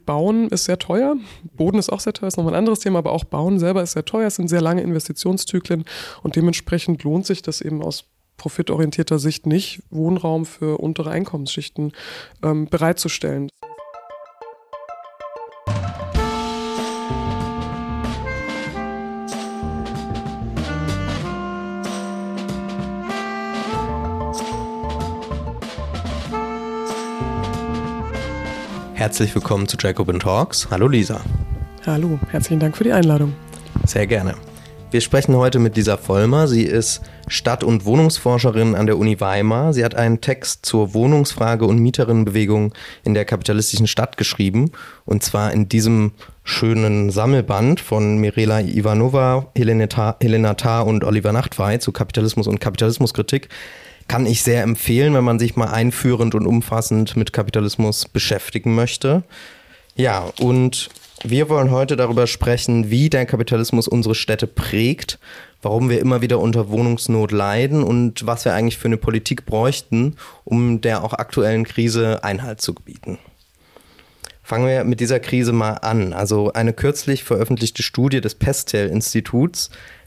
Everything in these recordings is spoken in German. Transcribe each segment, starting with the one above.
Bauen ist sehr teuer, Boden ist auch sehr teuer, ist nochmal ein anderes Thema, aber auch Bauen selber ist sehr teuer, es sind sehr lange Investitionszyklen und dementsprechend lohnt sich das eben aus profitorientierter Sicht nicht, Wohnraum für untere Einkommensschichten bereitzustellen. Herzlich willkommen zu Jacobin Talks. Hallo Lisa. Hallo, herzlichen Dank für die Einladung. Sehr gerne. Wir sprechen heute mit Lisa Vollmer. Sie ist Stadt- und Wohnungsforscherin an der Uni Weimar. Sie hat einen Text zur Wohnungsfrage und Mieterinnenbewegung in der kapitalistischen Stadt geschrieben. Und zwar in diesem schönen Sammelband von Mirela Ivanova, Helena Tarr und Oliver Nachtwey zu Kapitalismus und Kapitalismuskritik. Kann ich sehr empfehlen, wenn man sich mal einführend und umfassend mit Kapitalismus beschäftigen möchte. Ja, und wir wollen heute darüber sprechen, wie der Kapitalismus unsere Städte prägt, warum wir immer wieder unter Wohnungsnot leiden und was wir eigentlich für eine Politik bräuchten, um der auch aktuellen Krise Einhalt zu gebieten. Fangen wir mit dieser Krise mal an. Also eine kürzlich veröffentlichte Studie des Pestel-Instituts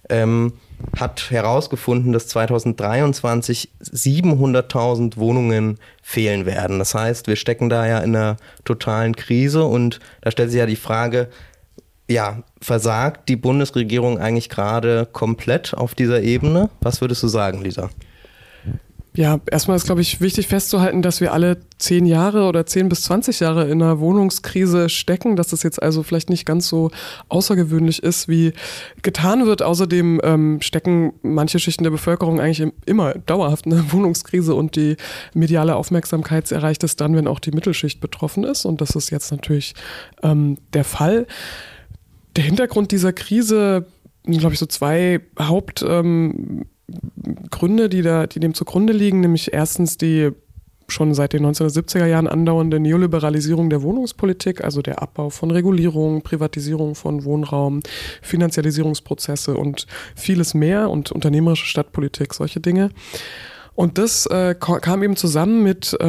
hat herausgefunden, dass 2023 700.000 Wohnungen fehlen werden. Das heißt, wir stecken da ja in einer totalen Krise und da stellt sich ja die Frage, ja, versagt die Bundesregierung eigentlich gerade komplett auf dieser Ebene? Was würdest du sagen, Lisa? Ja, erstmal ist, glaube ich, wichtig festzuhalten, dass wir alle 10 Jahre oder 10 bis 20 Jahre in einer Wohnungskrise stecken, dass das jetzt also vielleicht nicht ganz so außergewöhnlich ist, wie getan wird. Außerdem stecken manche Schichten der Bevölkerung eigentlich immer dauerhaft in einer Wohnungskrise und die mediale Aufmerksamkeit erreicht es dann, wenn auch die Mittelschicht betroffen ist. Und das ist jetzt natürlich der Fall. Der Hintergrund dieser Krise, glaube ich, so 2 Hauptgründe, die dem zugrunde liegen, nämlich erstens die schon seit den 1970er Jahren andauernde Neoliberalisierung der Wohnungspolitik, also der Abbau von Regulierung, Privatisierung von Wohnraum, Finanzialisierungsprozesse und vieles mehr und unternehmerische Stadtpolitik, solche Dinge. Und das kam eben zusammen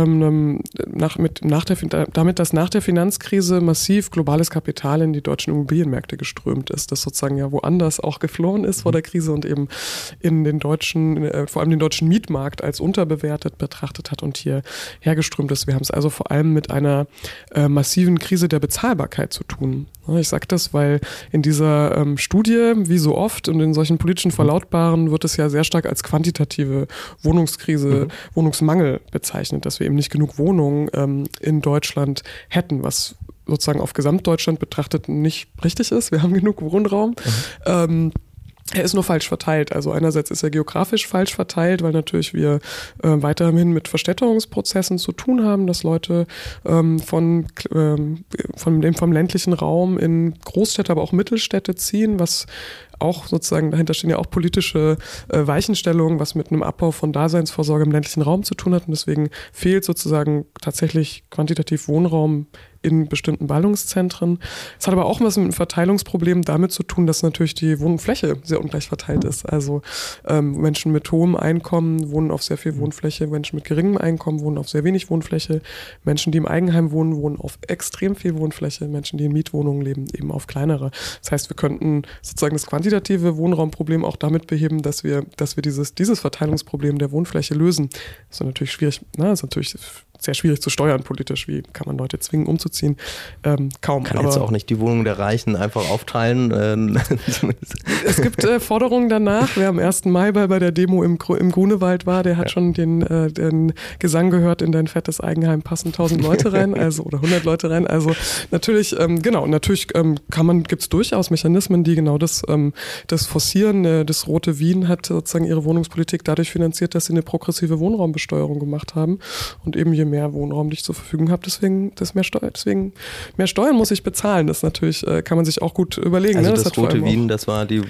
damit, dass nach der Finanzkrise massiv globales Kapital in die deutschen Immobilienmärkte geströmt ist, das sozusagen ja woanders auch geflohen ist vor der Krise und eben in den deutschen, vor allem den deutschen Mietmarkt als unterbewertet betrachtet hat und hier hergeströmt ist. Wir haben es also vor allem mit einer massiven Krise der Bezahlbarkeit zu tun. Ich sage das, weil in dieser Studie, wie so oft und in solchen politischen Verlautbaren, wird es ja sehr stark als quantitative Wohnungskrise, Wohnungsmangel bezeichnet, dass wir eben nicht genug Wohnungen in Deutschland hätten, was sozusagen auf Gesamtdeutschland betrachtet nicht richtig ist. Wir haben genug Wohnraum. Er ist nur falsch verteilt. Also einerseits ist er geografisch falsch verteilt, weil natürlich wir weiterhin mit Verstädterungsprozessen zu tun haben, dass Leute vom ländlichen Raum in Großstädte, aber auch Mittelstädte ziehen, was auch sozusagen, dahinter stehen ja auch politische Weichenstellungen, was mit einem Abbau von Daseinsvorsorge im ländlichen Raum zu tun hat. Und deswegen fehlt sozusagen tatsächlich quantitativ Wohnraum in bestimmten Ballungszentren. Es hat aber auch was mit einem Verteilungsproblem damit zu tun, dass natürlich die Wohnfläche sehr ungleich verteilt ist. Also Menschen mit hohem Einkommen wohnen auf sehr viel Wohnfläche, Menschen mit geringem Einkommen wohnen auf sehr wenig Wohnfläche, Menschen, die im Eigenheim wohnen, wohnen auf extrem viel Wohnfläche, Menschen, die in Mietwohnungen leben, eben auf kleinere. Das heißt, wir könnten sozusagen das quantitative Wohnraumproblem auch damit beheben, dass wir dieses Verteilungsproblem der Wohnfläche lösen. Das ist natürlich schwierig, ist natürlich sehr schwierig zu steuern politisch. Wie kann man Leute zwingen, umzuziehen? Kaum. Kann jetzt auch nicht die Wohnung der Reichen einfach aufteilen. Es gibt Forderungen danach. Wer am 1. Mai bei der Demo im Grunewald war, der hat schon den Gesang gehört, in dein fettes Eigenheim passen 1000 Leute rein, oder 100 Leute rein. Also natürlich, gibt es durchaus Mechanismen, die genau das forcieren. Das Rote Wien hat sozusagen ihre Wohnungspolitik dadurch finanziert, dass sie eine progressive Wohnraumbesteuerung gemacht haben und eben je mehr Wohnraum, die ich zur Verfügung habe, deswegen mehr Steuern muss ich bezahlen. Das natürlich kann man sich auch gut überlegen. Also ne? das Rote Wien, das war die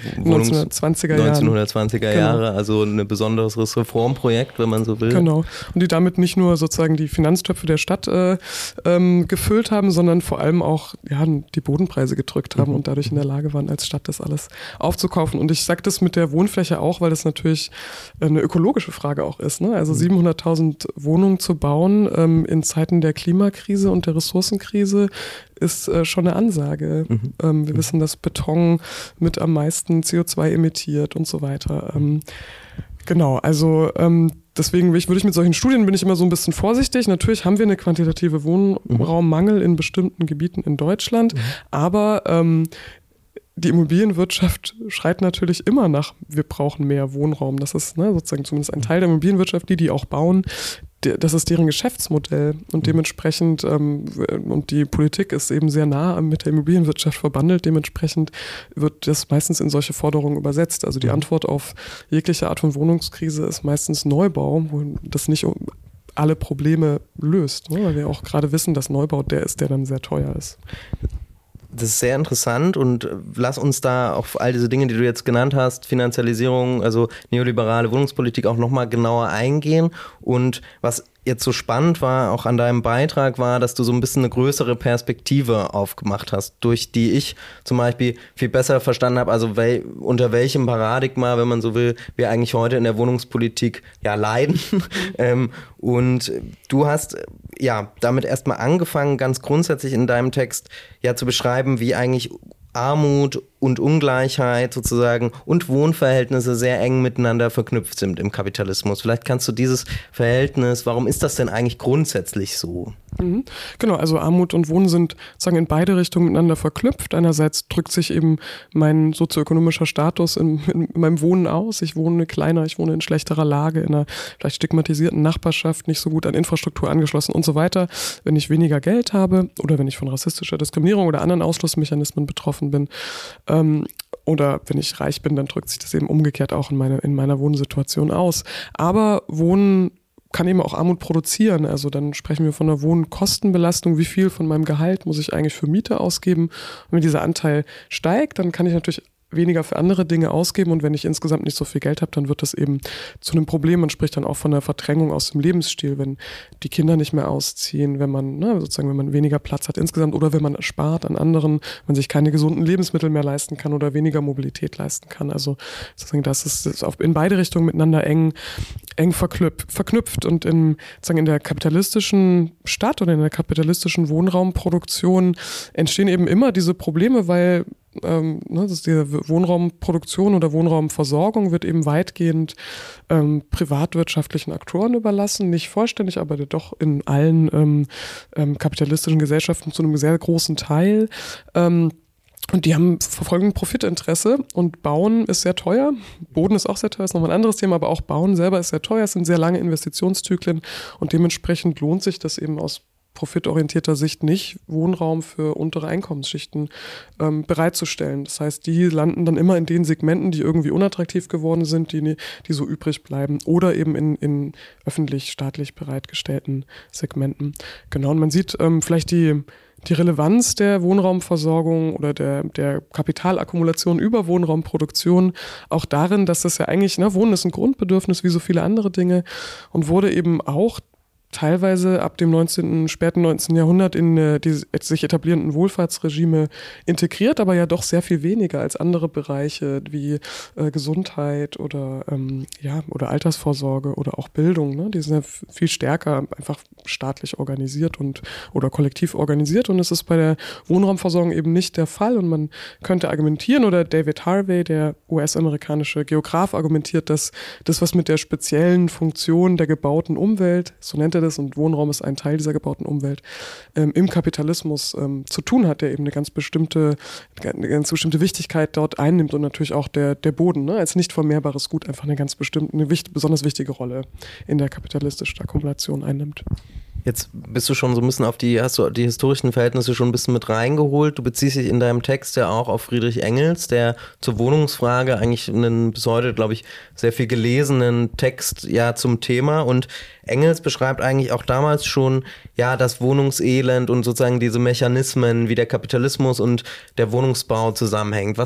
1920er Jahre, also ein besonderes Reformprojekt, wenn man so will. Genau. Und die damit nicht nur sozusagen die Finanztöpfe der Stadt gefüllt haben, sondern vor allem auch die Bodenpreise gedrückt haben und dadurch in der Lage waren, als Stadt das alles aufzukaufen. Und ich sage das mit der Wohnfläche auch, weil das natürlich eine ökologische Frage auch ist. Ne? Also 700.000 Wohnungen zu bauen, Wohnen in Zeiten der Klimakrise und der Ressourcenkrise ist schon eine Ansage. Wir wissen, dass Beton mit am meisten CO2 emittiert und so weiter. Genau, also deswegen würde ich mit solchen Studien bin ich immer so ein bisschen vorsichtig. Natürlich haben wir eine quantitative Wohnraummangel in bestimmten Gebieten in Deutschland, aber die Immobilienwirtschaft schreit natürlich immer nach, wir brauchen mehr Wohnraum. Das ist sozusagen zumindest ein Teil der Immobilienwirtschaft, die auch bauen. Das ist deren Geschäftsmodell und dementsprechend, und die Politik ist eben sehr nah mit der Immobilienwirtschaft verbandelt, dementsprechend wird das meistens in solche Forderungen übersetzt. Also die Antwort auf jegliche Art von Wohnungskrise ist meistens Neubau, wo das nicht alle Probleme löst, weil wir auch gerade wissen, dass Neubau der ist, der dann sehr teuer ist. Das ist sehr interessant und lass uns da auf all diese Dinge, die du jetzt genannt hast, Finanzialisierung, also neoliberale Wohnungspolitik auch nochmal genauer eingehen. Und was jetzt so spannend war, auch an deinem Beitrag, war, dass du so ein bisschen eine größere Perspektive aufgemacht hast, durch die ich zum Beispiel viel besser verstanden habe, also unter welchem Paradigma, wenn man so will, wir eigentlich heute in der Wohnungspolitik leiden. Und du hast damit erstmal angefangen, ganz grundsätzlich in deinem Text zu beschreiben, wie eigentlich Armut und Ungleichheit sozusagen und Wohnverhältnisse sehr eng miteinander verknüpft sind im Kapitalismus. Vielleicht kannst du dieses Verhältnis, warum ist das denn eigentlich grundsätzlich so? Genau, also Armut und Wohnen sind sozusagen in beide Richtungen miteinander verknüpft. Einerseits drückt sich eben mein sozioökonomischer Status in meinem Wohnen aus. Ich wohne kleiner, ich wohne in schlechterer Lage, in einer vielleicht stigmatisierten Nachbarschaft, nicht so gut an Infrastruktur angeschlossen und so weiter. Wenn ich weniger Geld habe oder wenn ich von rassistischer Diskriminierung oder anderen Ausschlussmechanismen betroffen bin, oder wenn ich reich bin, dann drückt sich das eben umgekehrt auch in meiner Wohnsituation aus. Aber Wohnen kann eben auch Armut produzieren. Also dann sprechen wir von einer Wohnkostenbelastung. Wie viel von meinem Gehalt muss ich eigentlich für Miete ausgeben? Und wenn dieser Anteil steigt, dann kann ich natürlich weniger für andere Dinge ausgeben und wenn ich insgesamt nicht so viel Geld habe, dann wird das eben zu einem Problem. Man spricht dann auch von einer Verdrängung aus dem Lebensstil, wenn die Kinder nicht mehr ausziehen, wenn man wenn man weniger Platz hat insgesamt oder wenn man spart an anderen, wenn sich keine gesunden Lebensmittel mehr leisten kann oder weniger Mobilität leisten kann. Also sozusagen das ist in beide Richtungen miteinander eng verknüpft und in der kapitalistischen Stadt oder in der kapitalistischen Wohnraumproduktion entstehen eben immer diese Probleme, weil die Wohnraumproduktion oder Wohnraumversorgung wird eben weitgehend privatwirtschaftlichen Aktoren überlassen, nicht vollständig, aber doch in allen kapitalistischen Gesellschaften zu einem sehr großen Teil. Und die verfolgen Profitinteresse und Bauen ist sehr teuer. Boden ist auch sehr teuer, ist nochmal ein anderes Thema, aber auch Bauen selber ist sehr teuer. Es sind sehr lange Investitionszyklen und dementsprechend lohnt sich das eben aus profitorientierter Sicht nicht, Wohnraum für untere Einkommensschichten bereitzustellen. Das heißt, die landen dann immer in den Segmenten, die irgendwie unattraktiv geworden sind, die so übrig bleiben oder eben in öffentlich-staatlich bereitgestellten Segmenten. Genau, und man sieht vielleicht die Relevanz der Wohnraumversorgung oder der Kapitalakkumulation über Wohnraumproduktion auch darin, dass das ja eigentlich, Wohnen ist ein Grundbedürfnis wie so viele andere Dinge und wurde eben auch teilweise ab dem späten 19. Jahrhundert in die sich etablierenden Wohlfahrtsregime integriert, aber ja doch sehr viel weniger als andere Bereiche wie Gesundheit oder Altersvorsorge oder auch Bildung. Ne? Die sind ja viel stärker einfach staatlich organisiert oder kollektiv organisiert und es ist bei der Wohnraumversorgung eben nicht der Fall und man könnte argumentieren oder David Harvey, der US-amerikanische Geograf, argumentiert, dass das, was mit der speziellen Funktion der gebauten Umwelt, so nennt er das, und Wohnraum ist ein Teil dieser gebauten Umwelt, im Kapitalismus zu tun hat, der eben eine ganz bestimmte Wichtigkeit dort einnimmt und natürlich auch der Boden, als nicht vermehrbares Gut einfach eine besonders wichtige Rolle in der kapitalistischen Akkumulation einnimmt. Jetzt bist du schon so ein bisschen hast du die historischen Verhältnisse schon ein bisschen mit reingeholt. Du beziehst dich in deinem Text ja auch auf Friedrich Engels, der zur Wohnungsfrage eigentlich einen bis heute, glaube ich, sehr viel gelesenen Text zum Thema. Und Engels beschreibt eigentlich auch damals schon das Wohnungselend und sozusagen diese Mechanismen, wie der Kapitalismus und der Wohnungsbau zusammenhängt.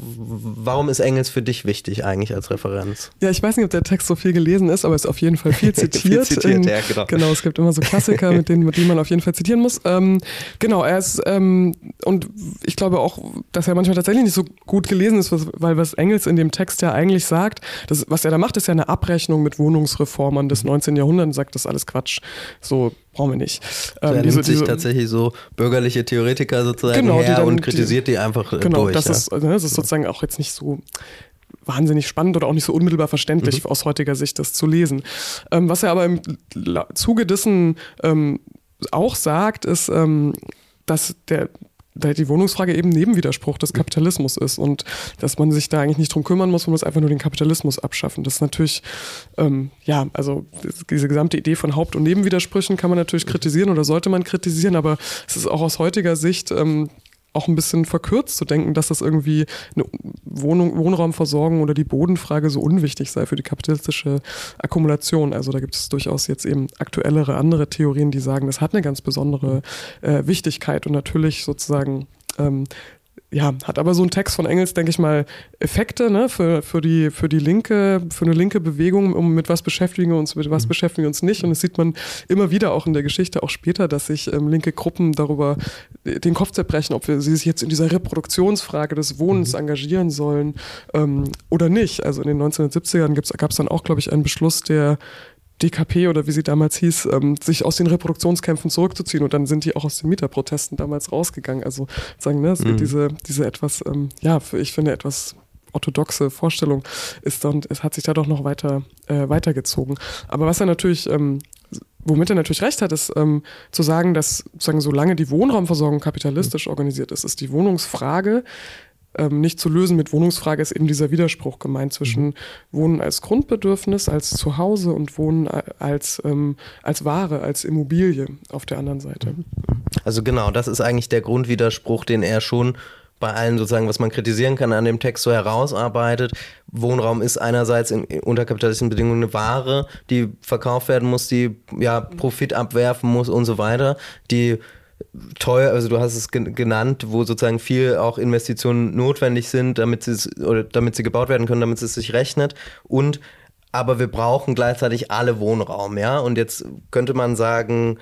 Warum ist Engels für dich wichtig eigentlich als Referenz? Ja, ich weiß nicht, ob der Text so viel gelesen ist, aber ist auf jeden Fall viel zitiert. Viel zitiert, genau. Genau, es gibt immer so Klassiker Klassiker, mit denen man auf jeden Fall zitieren muss. Genau, er ist, und ich glaube auch, dass er manchmal tatsächlich nicht so gut gelesen ist, weil was Engels in dem Text ja eigentlich sagt, was er da macht, ist ja eine Abrechnung mit Wohnungsreformern des 19. Jahrhunderts und sagt, das ist alles Quatsch, so brauchen wir nicht. Er nimmt sich tatsächlich so bürgerliche Theoretiker sozusagen her und kritisiert die einfach durch. Das ist sozusagen auch jetzt nicht so wahnsinnig spannend oder auch nicht so unmittelbar verständlich aus heutiger Sicht, das zu lesen. Was er aber im Zuge dessen auch sagt, ist, dass die Wohnungsfrage eben Nebenwiderspruch des Kapitalismus ist und dass man sich da eigentlich nicht drum kümmern muss, man muss einfach nur den Kapitalismus abschaffen. Das ist natürlich, also diese gesamte Idee von Haupt- und Nebenwidersprüchen kann man natürlich kritisieren oder sollte man kritisieren, aber es ist auch aus heutiger Sicht auch ein bisschen verkürzt zu denken, dass das irgendwie eine Wohnraumversorgung oder die Bodenfrage so unwichtig sei für die kapitalistische Akkumulation. Also da gibt es durchaus jetzt eben aktuellere, andere Theorien, die sagen, das hat eine ganz besondere Wichtigkeit und natürlich sozusagen hat aber so ein Text von Engels, denke ich mal, Effekte, ne, für eine linke Bewegung, mit was beschäftigen wir uns, mit was beschäftigen wir uns nicht. Und das sieht man immer wieder auch in der Geschichte, auch später, dass sich linke Gruppen darüber den Kopf zerbrechen, ob sie sich jetzt in dieser Reproduktionsfrage des Wohnens engagieren sollen oder nicht. Also in den 1970ern gab es dann auch, glaube ich, einen Beschluss der DKP oder wie sie damals hieß, sich aus den Reproduktionskämpfen zurückzuziehen und dann sind die auch aus den Mieterprotesten damals rausgegangen. Also sagen, ne, es gibt diese etwas, ich finde etwas orthodoxe Vorstellung ist dann, es hat sich da doch noch weitergezogen. Aber was er natürlich, womit er natürlich recht hat, ist zu sagen, dass sozusagen solange die Wohnraumversorgung kapitalistisch organisiert ist, ist die Wohnungsfrage nicht zu lösen. Mit Wohnungsfrage ist eben dieser Widerspruch gemeint zwischen Wohnen als Grundbedürfnis, als Zuhause und Wohnen als Ware, als Immobilie auf der anderen Seite. Also genau, das ist eigentlich der Grundwiderspruch, den er schon bei allem sozusagen, was man kritisieren kann, an dem Text so herausarbeitet. Wohnraum ist einerseits unter kapitalistischen Bedingungen eine Ware, die verkauft werden muss, die Profit abwerfen muss und so weiter, die teuer, also du hast es genannt, wo sozusagen viel auch Investitionen notwendig sind, damit sie gebaut werden können, damit es sich rechnet aber wir brauchen gleichzeitig alle Wohnraum, ja, und jetzt könnte man sagen,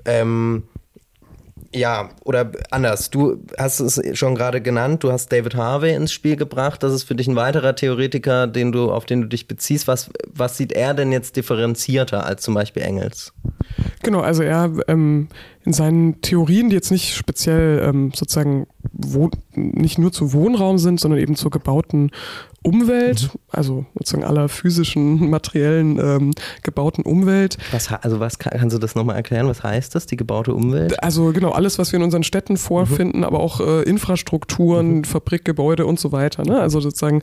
oder anders, du hast es schon gerade genannt, du hast David Harvey ins Spiel gebracht, das ist für dich ein weiterer Theoretiker, auf den du dich beziehst. Was sieht er denn jetzt differenzierter als zum Beispiel Engels? Genau, also er in seinen Theorien, die jetzt nicht speziell sozusagen nicht nur zu Wohnraum sind, sondern eben zur gebauten Umwelt, also sozusagen aller physischen, materiellen gebauten Umwelt. Kannst du das nochmal erklären? Was heißt das, die gebaute Umwelt? Also genau, alles, was wir in unseren Städten vorfinden, aber auch Infrastrukturen, Fabrikgebäude und so weiter. Ne? Also sozusagen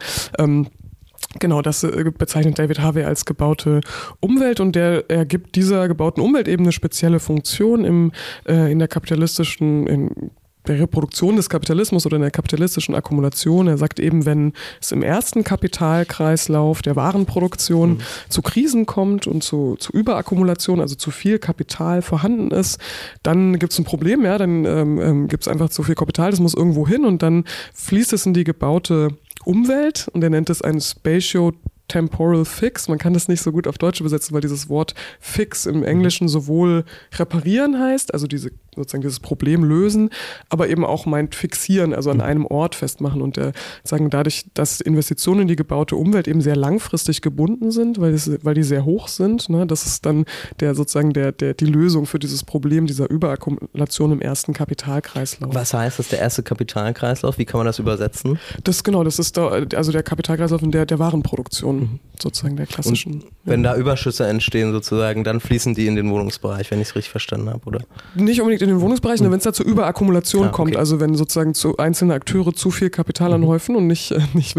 genau, das bezeichnet David Harvey als gebaute Umwelt und er gibt dieser gebauten Umwelt eben eine spezielle Funktion in der kapitalistischen, der Reproduktion des Kapitalismus oder in der kapitalistischen Akkumulation. Er sagt eben, wenn es im ersten Kapitalkreislauf der Warenproduktion zu Krisen kommt und zu Überakkumulation, also zu viel Kapital vorhanden ist, dann gibt es ein Problem, dann gibt es einfach zu viel Kapital, das muss irgendwo hin und dann fließt es in die gebaute Umwelt und er nennt es ein Spatio-Temporal Fix. Man kann das nicht so gut auf Deutsch übersetzen, weil dieses Wort Fix im Englischen sowohl reparieren heißt, also sozusagen dieses Problem lösen, aber eben auch meint fixieren, also an einem Ort festmachen und sagen dadurch, dass Investitionen in die gebaute Umwelt eben sehr langfristig gebunden sind, weil die sehr hoch sind, ne, das ist dann die Lösung für dieses Problem dieser Überakkumulation im ersten Kapitalkreislauf. Was heißt das, der erste Kapitalkreislauf? Wie kann man das übersetzen? Das ist also der Kapitalkreislauf in der Warenproduktion, sozusagen der klassischen. Und wenn da Überschüsse entstehen sozusagen, dann fließen die in den Wohnungsbereich, wenn ich es richtig verstanden habe, oder? Nicht unbedingt in den Wohnungsbereichen, wenn es da zur Überakkumulation kommt, also wenn sozusagen zu einzelne Akteure zu viel Kapital anhäufen und nicht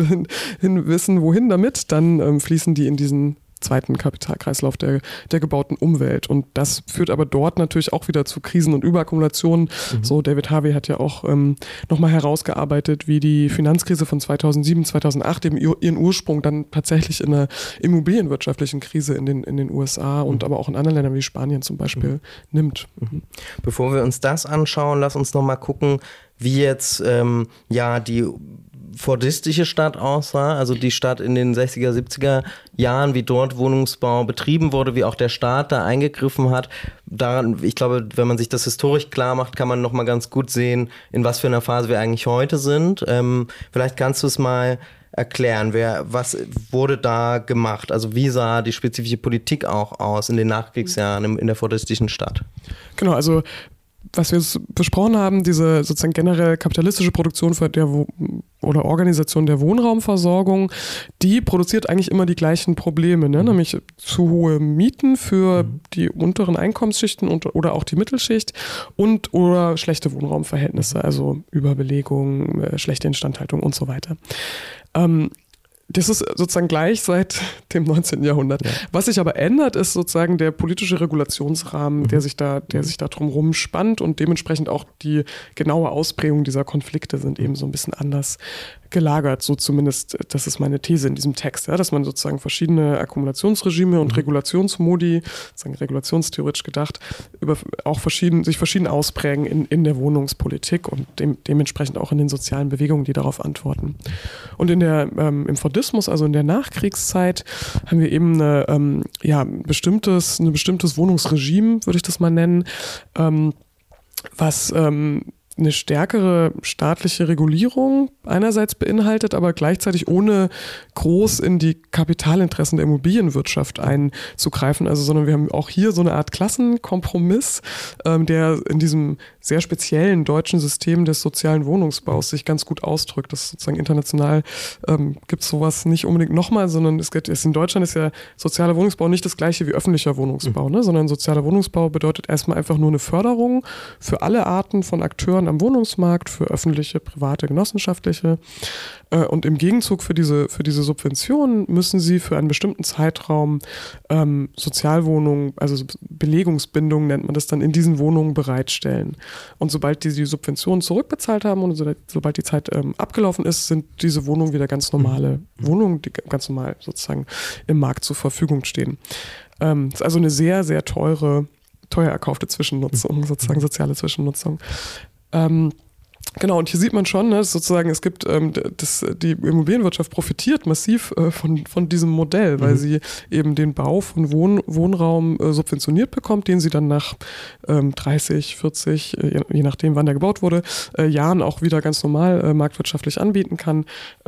wissen, wohin damit, dann fließen die in diesen zweiten Kapitalkreislauf der gebauten Umwelt. Und das führt aber dort natürlich auch wieder zu Krisen und Überakkumulationen. So, David Harvey hat ja auch nochmal herausgearbeitet, wie die Finanzkrise von 2007, 2008 eben ihren Ursprung dann tatsächlich in einer immobilienwirtschaftlichen Krise in den USA und aber auch in anderen Ländern wie Spanien zum Beispiel nimmt. Bevor wir uns das anschauen, lass uns nochmal gucken, wie jetzt die fordistische Stadt aussah, also die Stadt in den 60er, 70er Jahren, wie dort Wohnungsbau betrieben wurde, wie auch der Staat da eingegriffen hat. Daran, ich glaube, wenn man sich das historisch klar macht, kann man nochmal ganz gut sehen, in was für einer Phase wir eigentlich heute sind. Vielleicht kannst du es mal erklären, was wurde da gemacht? Also wie sah die spezifische Politik auch aus in den Nachkriegsjahren in der fordistischen Stadt? Genau, also was wir besprochen haben, diese sozusagen generell kapitalistische Produktion oder Organisation der Wohnraumversorgung, die produziert eigentlich immer die gleichen Probleme, ne? Nämlich zu hohe Mieten für die unteren Einkommensschichten oder auch die Mittelschicht oder schlechte Wohnraumverhältnisse, also Überbelegung, schlechte Instandhaltung und so weiter. Das ist sozusagen gleich seit dem 19. Jahrhundert. Ja. Was sich aber ändert, ist sozusagen der politische Regulationsrahmen, der sich da drumherum spannt, und dementsprechend auch die genaue Ausprägung dieser Konflikte sind eben so ein bisschen anders gelagert, so zumindest, das ist meine These in diesem Text, ja, dass man sozusagen verschiedene Akkumulationsregime und Regulationsmodi, sozusagen regulationstheoretisch gedacht, sich verschieden ausprägen in der Wohnungspolitik und dementsprechend auch in den sozialen Bewegungen, die darauf antworten. Und im Fordismus, also in der Nachkriegszeit, haben wir eben ein bestimmtes Wohnungsregime, würde ich das mal nennen, was eine stärkere staatliche Regulierung einerseits beinhaltet, aber gleichzeitig ohne groß in die Kapitalinteressen der Immobilienwirtschaft einzugreifen. Also, sondern wir haben auch hier so eine Art Klassenkompromiss, der in diesem sehr speziellen deutschen System des sozialen Wohnungsbaus sich ganz gut ausdrückt. Das ist sozusagen international gibt es sowas nicht unbedingt nochmal, sondern in Deutschland ist ja sozialer Wohnungsbau nicht das gleiche wie öffentlicher Wohnungsbau, ne? Sondern sozialer Wohnungsbau bedeutet erstmal einfach nur eine Förderung für alle Arten von Akteuren am Wohnungsmarkt, für öffentliche, private, genossenschaftliche. Und im Gegenzug für diese Subventionen müssen sie für einen bestimmten Zeitraum Sozialwohnungen, also Belegungsbindung nennt man das dann, in diesen Wohnungen bereitstellen. Und sobald die Subventionen zurückbezahlt haben und sobald die Zeit abgelaufen ist, sind diese Wohnungen wieder ganz normale Wohnungen, die ganz normal sozusagen im Markt zur Verfügung stehen. Ist also eine sehr, sehr teuer erkaufte Zwischennutzung, sozusagen soziale Zwischennutzung. Genau, und hier sieht man schon, ne, sozusagen, es gibt, die Immobilienwirtschaft profitiert massiv von diesem Modell, weil sie eben den Bau von Wohnraum subventioniert bekommt, den sie dann nach 30, 40, je nachdem wann der gebaut wurde, Jahren auch wieder ganz normal marktwirtschaftlich anbieten kann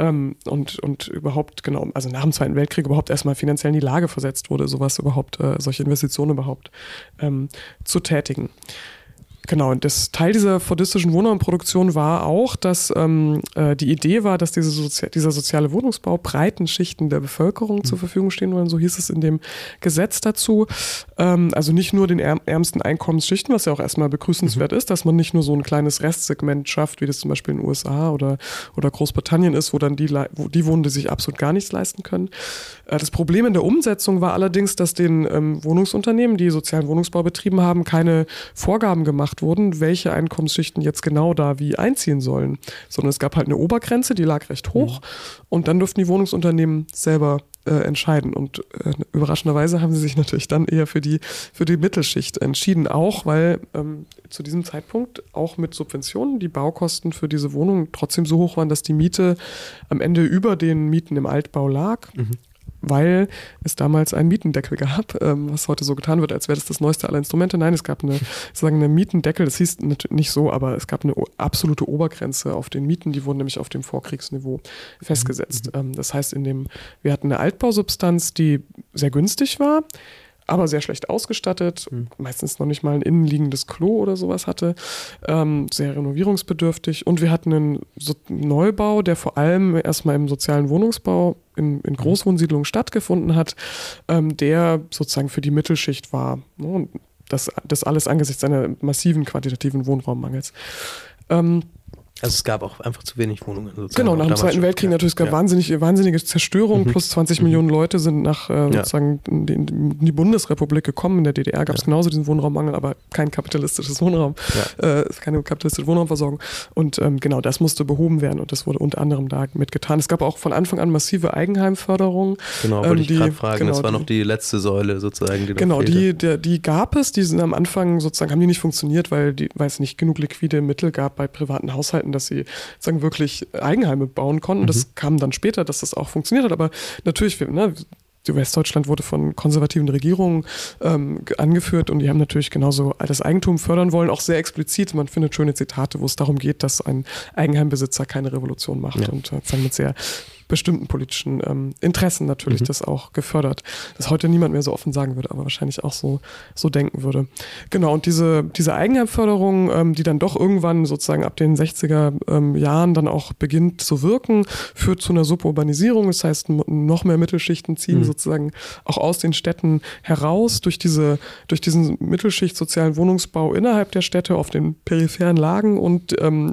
und überhaupt, genau, also nach dem Zweiten Weltkrieg überhaupt erstmal finanziell in die Lage versetzt wurde, solche Investitionen überhaupt zu tätigen. Genau, und das Teil dieser fordistischen Wohnraumproduktion war auch, dass die Idee war, dass dieser soziale Wohnungsbau breiten Schichten der Bevölkerung zur Verfügung stehen wollen, so hieß es in dem Gesetz dazu. Also nicht nur den ärmsten Einkommensschichten, was ja auch erstmal begrüßenswert ist, dass man nicht nur so ein kleines Restsegment schafft, wie das zum Beispiel in den USA oder Großbritannien ist, wo dann die wohnen, die sich absolut gar nichts leisten können. Das Problem in der Umsetzung war allerdings, dass den Wohnungsunternehmen, die sozialen Wohnungsbau betrieben haben, keine Vorgaben gemacht wurden, welche Einkommensschichten jetzt genau da wie einziehen sollen, sondern es gab halt eine Obergrenze, die lag recht hoch und dann durften die Wohnungsunternehmen selber entscheiden und überraschenderweise haben sie sich natürlich dann eher für die Mittelschicht entschieden, auch weil zu diesem Zeitpunkt auch mit Subventionen die Baukosten für diese Wohnungen trotzdem so hoch waren, dass die Miete am Ende über den Mieten im Altbau lag. Weil es damals einen Mietendeckel gab, was heute so getan wird, als wäre das neueste aller Instrumente. Nein, es gab einen Mietendeckel, das hieß nicht so, aber es gab eine absolute Obergrenze auf den Mieten, die wurden nämlich auf dem Vorkriegsniveau festgesetzt. Das heißt, wir hatten eine Altbausubstanz, die sehr günstig war, aber sehr schlecht ausgestattet, meistens noch nicht mal ein innenliegendes Klo oder sowas hatte, sehr renovierungsbedürftig. Und wir hatten einen Neubau, der vor allem erstmal im sozialen Wohnungsbau in Großwohnsiedlungen stattgefunden hat, der sozusagen für die Mittelschicht war. Und das alles angesichts einer massiven quantitativen Wohnraummangels. Also es gab auch einfach zu wenig Wohnungen. Genau, nach dem Zweiten Weltkrieg natürlich, es gab wahnsinnige Zerstörung, plus 20 Millionen Leute sind nach sozusagen in die Bundesrepublik gekommen. In der DDR gab es genauso diesen Wohnraummangel, aber kein kapitalistisches keine kapitalistische Wohnraumversorgung. Und genau, das musste behoben werden und das wurde unter anderem damit getan. Es gab auch von Anfang an massive Eigenheimförderung. Genau, wollte ich gerade fragen, das war noch die letzte Säule sozusagen, die genau, die gab es, die sind am Anfang sozusagen, haben die nicht funktioniert, weil es nicht genug liquide Mittel gab bei privaten Haushalten, hatten, dass sie sozusagen wirklich Eigenheime bauen konnten. Das kam dann später, dass das auch funktioniert hat, aber natürlich, Westdeutschland wurde von konservativen Regierungen angeführt und die haben natürlich genauso das Eigentum fördern wollen, auch sehr explizit. Man findet schöne Zitate, wo es darum geht, dass ein Eigenheimbesitzer keine Revolution macht und sozusagen mit sehr bestimmten politischen Interessen natürlich das auch gefördert. Das heute niemand mehr so offen sagen würde, aber wahrscheinlich auch so denken würde. Genau, und diese Eigenheimförderung, die dann doch irgendwann sozusagen ab den 60er Jahren dann auch beginnt zu wirken, führt zu einer Suburbanisierung. Das heißt, noch mehr Mittelschichten ziehen sozusagen auch aus den Städten heraus durch diesen Mittelschicht-sozialen Wohnungsbau innerhalb der Städte auf den peripheren Lagen und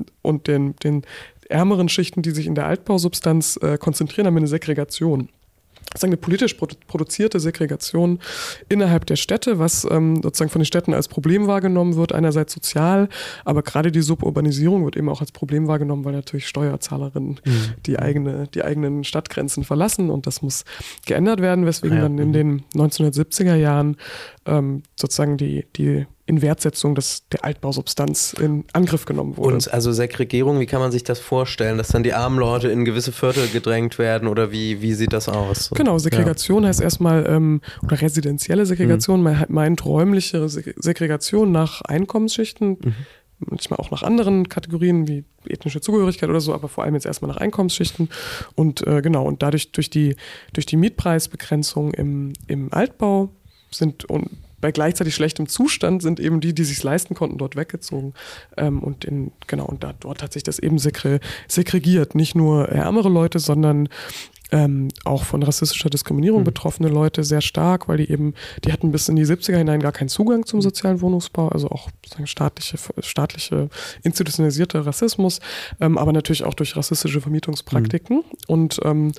den ärmeren Schichten, die sich in der Altbausubstanz konzentrieren, haben wir eine Segregation. Das ist eine politisch produzierte Segregation innerhalb der Städte, was sozusagen von den Städten als Problem wahrgenommen wird, einerseits sozial, aber gerade die Suburbanisierung wird eben auch als Problem wahrgenommen, weil natürlich Steuerzahlerinnen die eigenen Stadtgrenzen verlassen und das muss geändert werden, weswegen dann in den 1970er Jahren sozusagen die Inwertsetzung der Altbausubstanz in Angriff genommen wurde. Und also Segregierung, wie kann man sich das vorstellen, dass dann die armen Leute in gewisse Viertel gedrängt werden oder wie sieht das aus? Genau, Segregation heißt erstmal, oder residentielle Segregation meint räumliche Segregation nach Einkommensschichten, manchmal auch nach anderen Kategorien wie ethnische Zugehörigkeit oder so, aber vor allem jetzt erstmal nach Einkommensschichten und und dadurch durch die Mietpreisbegrenzung im Altbau sind und bei gleichzeitig schlechtem Zustand sind eben die sich leisten konnten, dort weggezogen. Und dort hat sich das eben segregiert. Nicht nur ärmere Leute, sondern auch von rassistischer Diskriminierung betroffene Leute sehr stark, weil die hatten bis in die 70er hinein gar keinen Zugang zum sozialen Wohnungsbau, also auch sozusagen staatliche institutionalisierter Rassismus, aber natürlich auch durch rassistische Vermietungspraktiken. Und und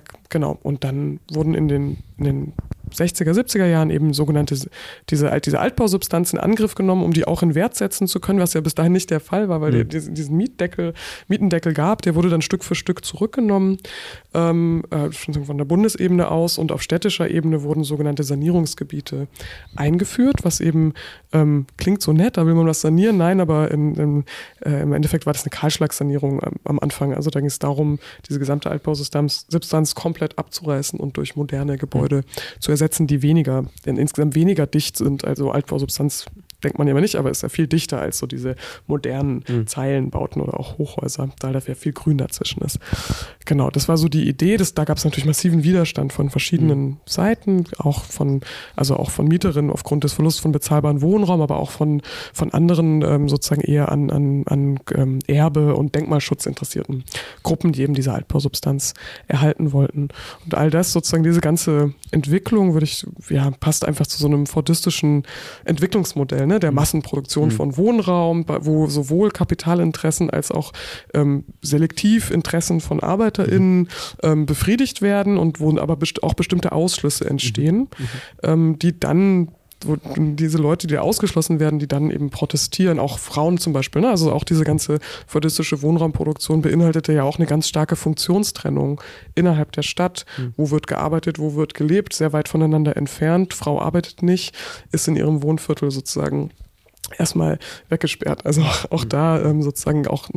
dann wurden in den 60er, 70er Jahren eben diese Altbausubstanz in Angriff genommen, um die auch in Wert setzen zu können, was ja bis dahin nicht der Fall war, weil diesen Mietendeckel gab, der wurde dann Stück für Stück zurückgenommen, von der Bundesebene aus, und auf städtischer Ebene wurden sogenannte Sanierungsgebiete eingeführt, was eben klingt so nett, da will man was sanieren, nein, aber im Endeffekt war das eine Kahlschlagsanierung am Anfang, also da ging es darum, diese gesamte Altbausubstanz komplett abzureißen und durch moderne Gebäude zu ersetzen, die insgesamt weniger dicht sind. Also Altbausubstanz denkt man ja immer nicht, aber ist ja viel dichter als so diese modernen Zeilenbauten oder auch Hochhäuser, da ja viel Grün dazwischen ist. Genau, das war so die Idee. Da gab es natürlich massiven Widerstand von verschiedenen Seiten, auch von Mieterinnen aufgrund des Verlusts von bezahlbaren Wohnraum, aber auch von anderen sozusagen eher an Erbe und Denkmalschutz interessierten Gruppen, die eben diese Altbausubstanz erhalten wollten. Und all das, sozusagen diese ganze Entwicklung, passt einfach zu so einem fordistischen Entwicklungsmodell, der Massenproduktion von Wohnraum, wo sowohl Kapitalinteressen als auch Selektivinteressen von ArbeiterInnen befriedigt werden und wo aber auch bestimmte Ausschlüsse entstehen, die dann diese Leute, die ausgeschlossen werden, die dann eben protestieren, auch Frauen zum Beispiel, also auch diese ganze fordistische Wohnraumproduktion beinhaltete ja auch eine ganz starke Funktionstrennung innerhalb der Stadt, wo wird gearbeitet, wo wird gelebt, sehr weit voneinander entfernt, Frau arbeitet nicht, ist in ihrem Wohnviertel sozusagen erstmal weggesperrt. Also auch da sozusagen auch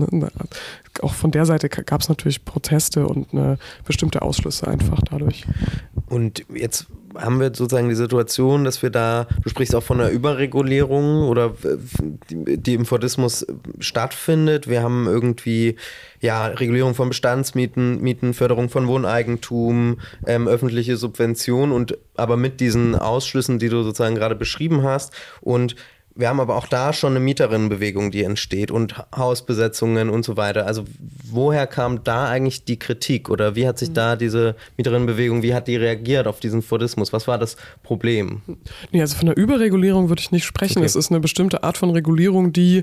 von der Seite gab es natürlich Proteste und bestimmte Ausschlüsse einfach dadurch. Und jetzt haben wir sozusagen die Situation, dass wir du sprichst auch von einer Überregulierung oder die im Fordismus stattfindet. Wir haben irgendwie Regulierung von Bestandsmieten, Förderung von Wohneigentum, öffentliche Subventionen aber mit diesen Ausschlüssen, die du sozusagen gerade beschrieben hast. Und wir haben aber auch da schon eine Mieterinnenbewegung, die entsteht und Hausbesetzungen und so weiter. Also woher kam da eigentlich die Kritik oder wie hat sich da diese Mieterinnenbewegung, wie hat die reagiert auf diesen Fordismus? Was war das Problem? Nee, also von einer Überregulierung würde ich nicht sprechen. Okay. Es ist eine bestimmte Art von Regulierung, die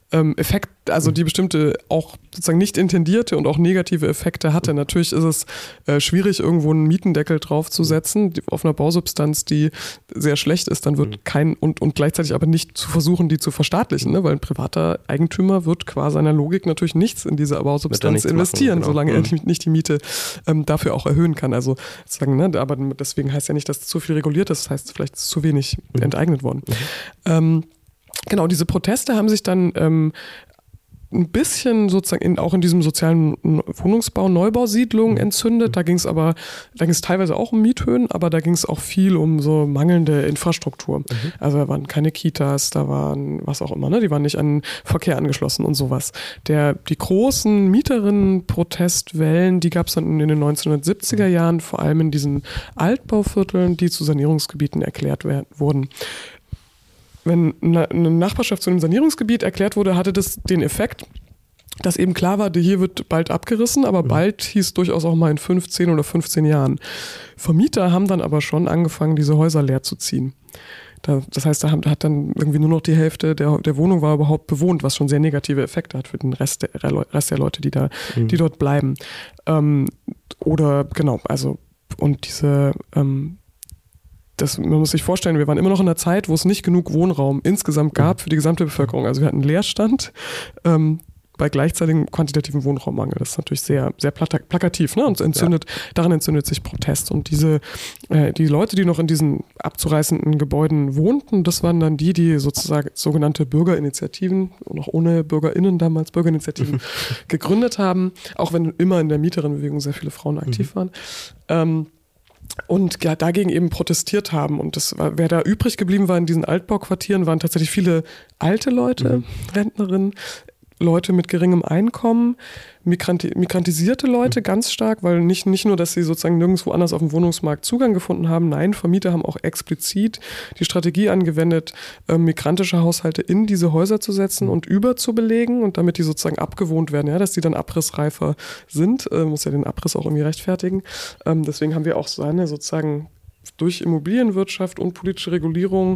die bestimmte auch sozusagen nicht intendierte und auch negative Effekte hatte. Natürlich ist es schwierig, irgendwo einen Mietendeckel draufzusetzen auf einer Bausubstanz, die sehr schlecht ist, dann wird und gleichzeitig aber nicht zu versuchen, die zu verstaatlichen, weil ein privater Eigentümer wird qua seiner Logik natürlich nichts in diese Bausubstanz investieren, machen, solange er nicht die Miete dafür auch erhöhen kann. Also sozusagen, aber deswegen heißt ja nicht, dass zu viel reguliert ist, das heißt, vielleicht ist zu wenig enteignet worden. Genau, diese Proteste haben sich dann ein bisschen sozusagen auch in diesem sozialen Wohnungsbau, Neubausiedlungen entzündet. Da ging es teilweise auch um Miethöhen, aber da ging es auch viel um so mangelnde Infrastruktur. Also da waren keine Kitas, da waren was auch immer, ne? Die waren nicht an Verkehr angeschlossen und sowas. Die großen Mieterinnen-Protestwellen, die gab es dann in den 1970er Jahren, vor allem in diesen Altbauvierteln, die zu Sanierungsgebieten erklärt wurden. Wenn eine Nachbarschaft zu einem Sanierungsgebiet erklärt wurde, hatte das den Effekt, dass eben klar war, hier wird bald abgerissen, aber bald hieß durchaus auch mal in 10 oder 15 Jahren. Vermieter haben dann aber schon angefangen, diese Häuser leer zu ziehen. Das heißt, da hat dann irgendwie nur noch die Hälfte der Wohnung war überhaupt bewohnt, was schon sehr negative Effekte hat für den Rest der Leute, die dort bleiben. Oder genau, also und diese man muss sich vorstellen, wir waren immer noch in einer Zeit, wo es nicht genug Wohnraum insgesamt gab für die gesamte Bevölkerung. Also wir hatten Leerstand bei gleichzeitigem quantitativen Wohnraummangel. Das ist natürlich sehr, sehr plakativ, ne? Und daran entzündet sich Protest. Und die Leute, die noch in diesen abzureißenden Gebäuden wohnten, das waren dann die sozusagen sogenannte Bürgerinitiativen, noch ohne BürgerInnen damals Bürgerinitiativen gegründet haben, auch wenn immer in der Mieterinnenbewegung sehr viele Frauen aktiv waren. Und ja, dagegen eben protestiert haben. Und wer da übrig geblieben war in diesen Altbauquartieren, waren tatsächlich viele alte Leute, Rentnerinnen, Leute mit geringem Einkommen, migrantisierte Leute ganz stark, weil nicht nur, dass sie sozusagen nirgendwo anders auf dem Wohnungsmarkt Zugang gefunden haben, nein, Vermieter haben auch explizit die Strategie angewendet, migrantische Haushalte in diese Häuser zu setzen und überzubelegen und damit die sozusagen abgewohnt werden, ja, dass die dann abrissreifer sind, muss ja den Abriss auch irgendwie rechtfertigen. Deswegen haben wir auch sozusagen durch Immobilienwirtschaft und politische Regulierung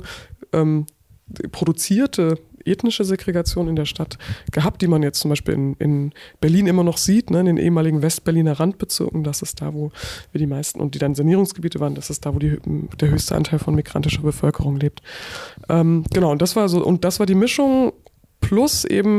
produzierte ethnische Segregation in der Stadt gehabt, die man jetzt zum Beispiel in Berlin immer noch sieht, ne, in den ehemaligen Westberliner Randbezirken, das ist da, wo wir die meisten, und die dann Sanierungsgebiete waren, das ist da, wo der höchste Anteil von migrantischer Bevölkerung lebt. Genau, und das war die Mischung plus eben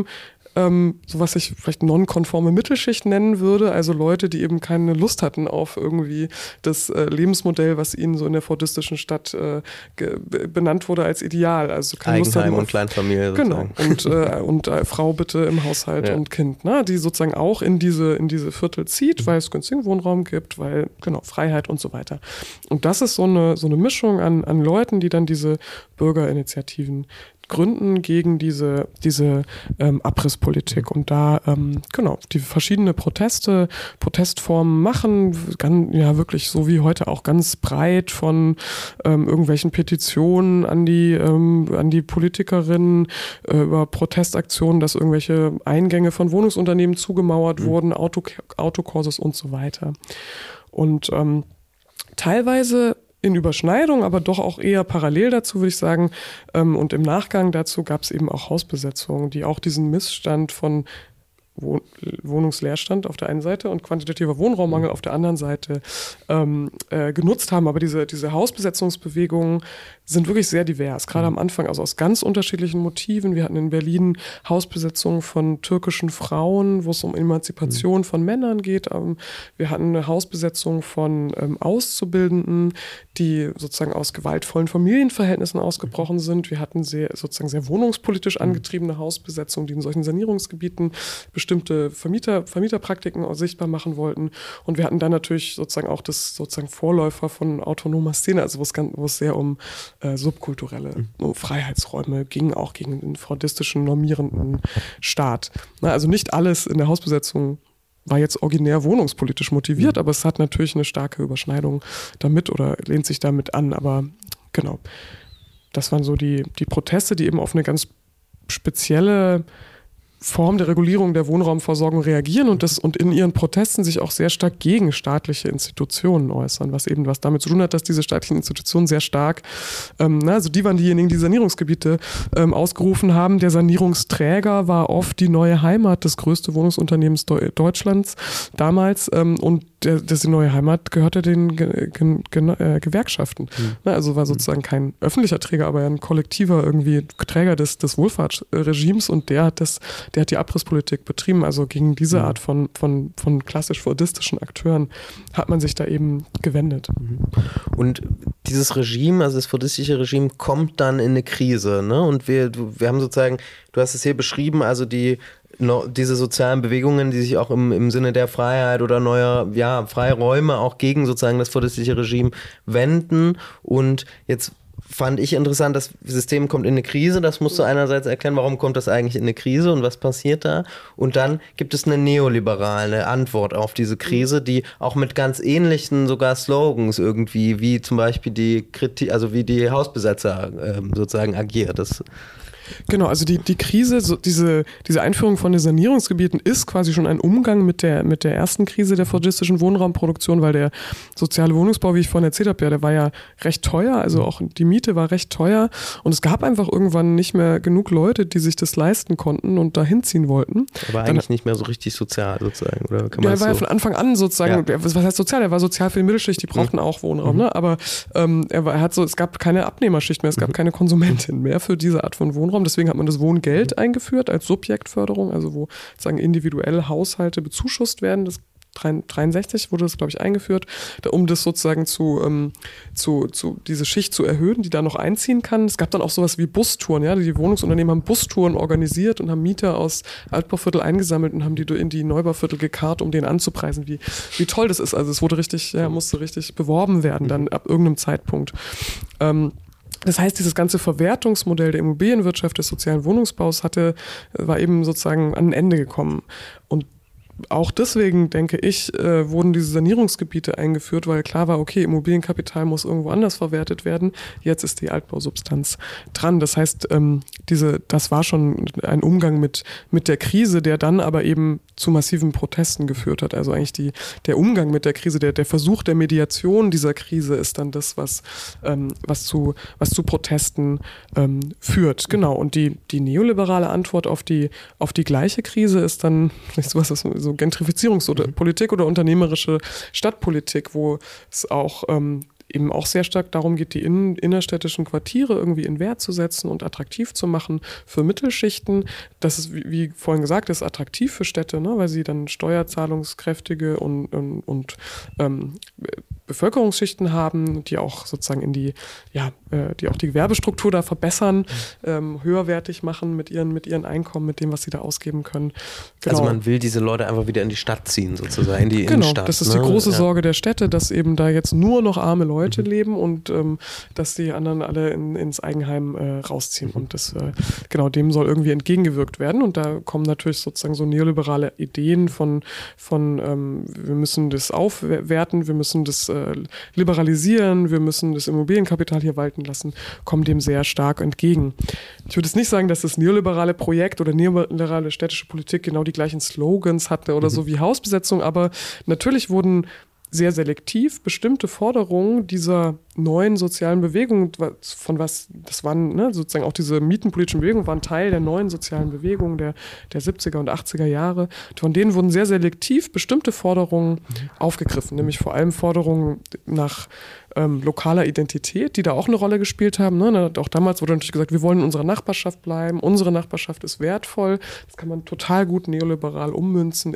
so was ich vielleicht nonkonforme Mittelschicht nennen würde, also Leute, die eben keine Lust hatten auf irgendwie das Lebensmodell, was ihnen so in der fordistischen Stadt benannt wurde als Ideal. Also keine Lust hatten und Kleinfamilie sozusagen. Genau, und Frau bitte im Haushalt und Kind, ne? Die sozusagen auch in diese Viertel zieht, weil es günstigen Wohnraum gibt, weil, genau, Freiheit und so weiter. Und das ist so eine Mischung an Leuten, die dann diese Bürgerinitiativen gründen gegen diese Abrisspolitik und da die verschiedene Protestformen machen, wirklich so wie heute auch ganz breit von irgendwelchen Petitionen an die Politikerinnen über Protestaktionen, dass irgendwelche Eingänge von Wohnungsunternehmen zugemauert wurden, Autokurses und so weiter. Und teilweise in Überschneidung, aber doch auch eher parallel dazu, würde ich sagen. Und im Nachgang dazu gab es eben auch Hausbesetzungen, die auch diesen Missstand von Wohnungsleerstand auf der einen Seite und quantitativer Wohnraummangel auf der anderen Seite genutzt haben. Aber diese Hausbesetzungsbewegungen sind wirklich sehr divers, gerade am Anfang, also aus ganz unterschiedlichen Motiven. Wir hatten in Berlin Hausbesetzungen von türkischen Frauen, wo es um Emanzipation von Männern geht. Wir hatten eine Hausbesetzung von Auszubildenden, die sozusagen aus gewaltvollen Familienverhältnissen ausgebrochen sind. Wir hatten sehr wohnungspolitisch angetriebene Hausbesetzungen, die in solchen Sanierungsgebieten bestimmte Vermieterpraktiken sichtbar machen wollten. Und wir hatten dann natürlich sozusagen auch das sozusagen Vorläufer von autonomer Szene, also wo es sehr um subkulturelle Freiheitsräume ging, auch gegen den fordistischen normierenden Staat. Also nicht alles in der Hausbesetzung war jetzt originär wohnungspolitisch motiviert, aber es hat natürlich eine starke Überschneidung damit oder lehnt sich damit an. Aber genau, das waren so die Proteste, die eben auf eine ganz spezielle Form der Regulierung der Wohnraumversorgung reagieren und in ihren Protesten sich auch sehr stark gegen staatliche Institutionen äußern, was damit zu tun hat, dass diese staatlichen Institutionen sehr stark, also die waren diejenigen, die Sanierungsgebiete ausgerufen haben. Der Sanierungsträger war oft die Neue Heimat, das größte Wohnungsunternehmens Deutschlands damals, und die Neue Heimat gehörte den Gewerkschaften. Also war sozusagen kein öffentlicher Träger, aber ein kollektiver irgendwie Träger des Wohlfahrtsregimes, und der hat die Abrisspolitik betrieben. Also gegen diese Art von klassisch fordistischen Akteuren hat man sich da eben gewendet. Und dieses Regime, also das fordistische Regime, kommt dann in eine Krise, ne? Und wir haben sozusagen, du hast es hier beschrieben, also die diese sozialen Bewegungen, die sich auch im Sinne der Freiheit oder neuer Freiräume auch gegen sozusagen das faschistische Regime wenden. Und jetzt fand ich interessant, das System kommt in eine Krise, das musst du einerseits erklären, warum kommt das eigentlich in eine Krise und was passiert da, und dann gibt es eine neoliberale Antwort auf diese Krise, die auch mit ganz ähnlichen sogar Slogans irgendwie, wie zum Beispiel die Kritik, also wie die Hausbesetzer sozusagen agiert. Genau, also die Krise, so diese Einführung von den Sanierungsgebieten ist quasi schon ein Umgang mit der ersten Krise der faschistischen Wohnraumproduktion, weil der soziale Wohnungsbau, wie ich vorhin erzählt habe, der war ja recht teuer, also auch die Miete war recht teuer und es gab einfach irgendwann nicht mehr genug Leute, die sich das leisten konnten und dahin ziehen wollten. Aber eigentlich nicht mehr so richtig sozial sozusagen, oder kann man der war ja von Anfang an sozusagen, was heißt sozial? Er war sozial für die Mittelschicht, die brauchten auch Wohnraum, ne? Aber es gab keine Abnehmerschicht mehr, es gab keine Konsumentin mehr für diese Art von Wohnraum. Deswegen hat man das Wohngeld eingeführt als Subjektförderung, also wo sozusagen individuelle Haushalte bezuschusst werden. Das 1963 wurde das, glaube ich, eingeführt, um das sozusagen diese Schicht zu erhöhen, die da noch einziehen kann. Es gab dann auch sowas wie Bustouren, ja, die Wohnungsunternehmen haben Bustouren organisiert und haben Mieter aus Altbauviertel eingesammelt und haben die in die Neubauviertel gekarrt, um denen anzupreisen, wie toll das ist. Also es wurde musste richtig beworben werden dann ab irgendeinem Zeitpunkt. Das heißt, dieses ganze Verwertungsmodell der Immobilienwirtschaft, des sozialen Wohnungsbaus war eben sozusagen an ein Ende gekommen. Und auch deswegen, denke ich, wurden diese Sanierungsgebiete eingeführt, weil klar war, okay, Immobilienkapital muss irgendwo anders verwertet werden. Jetzt ist die Altbausubstanz dran. Das heißt, das war schon ein Umgang mit der Krise, der dann aber eben zu massiven Protesten geführt hat. Also eigentlich der Umgang mit der Krise, der Versuch der Mediation dieser Krise ist dann das, was zu Protesten führt. Genau. Und die neoliberale Antwort auf die gleiche Krise ist dann nicht sowas, was so Gentrifizierungspolitik oder unternehmerische Stadtpolitik, wo es auch eben auch sehr stark darum geht, die innerstädtischen Quartiere irgendwie in Wert zu setzen und attraktiv zu machen für Mittelschichten. Das ist, wie vorhin gesagt, ist attraktiv für Städte, ne, weil sie dann steuerzahlungskräftige und Bevölkerungsschichten haben, die auch sozusagen die auch die Gewerbestruktur da verbessern, höherwertig machen mit ihren Einkommen, mit dem, was sie da ausgeben können. Genau. Also man will diese Leute einfach wieder in die Stadt ziehen, sozusagen, in die Innenstadt. Genau, das ist die große Sorge der Städte, dass eben da jetzt nur noch arme Leute leben und dass die anderen alle ins Eigenheim rausziehen. Und dem soll irgendwie entgegengewirkt werden. Und da kommen natürlich sozusagen so neoliberale Ideen von wir müssen das aufwerten, wir müssen das liberalisieren, wir müssen das Immobilienkapital hier walten lassen, kommen dem sehr stark entgegen. Ich würde jetzt nicht sagen, dass das neoliberale Projekt oder neoliberale städtische Politik genau die gleichen Slogans hatte oder so wie Hausbesetzung, aber natürlich wurden sehr selektiv bestimmte Forderungen dieser neuen sozialen Bewegungen, das waren sozusagen auch diese mietenpolitischen Bewegungen, waren Teil der neuen sozialen Bewegungen der 70er und 80er Jahre. Von denen wurden sehr selektiv bestimmte Forderungen aufgegriffen, nämlich vor allem Forderungen nach lokaler Identität, die da auch eine Rolle gespielt haben. Ne? Auch damals wurde natürlich gesagt, wir wollen in unserer Nachbarschaft bleiben, unsere Nachbarschaft ist wertvoll. Das kann man total gut neoliberal ummünzen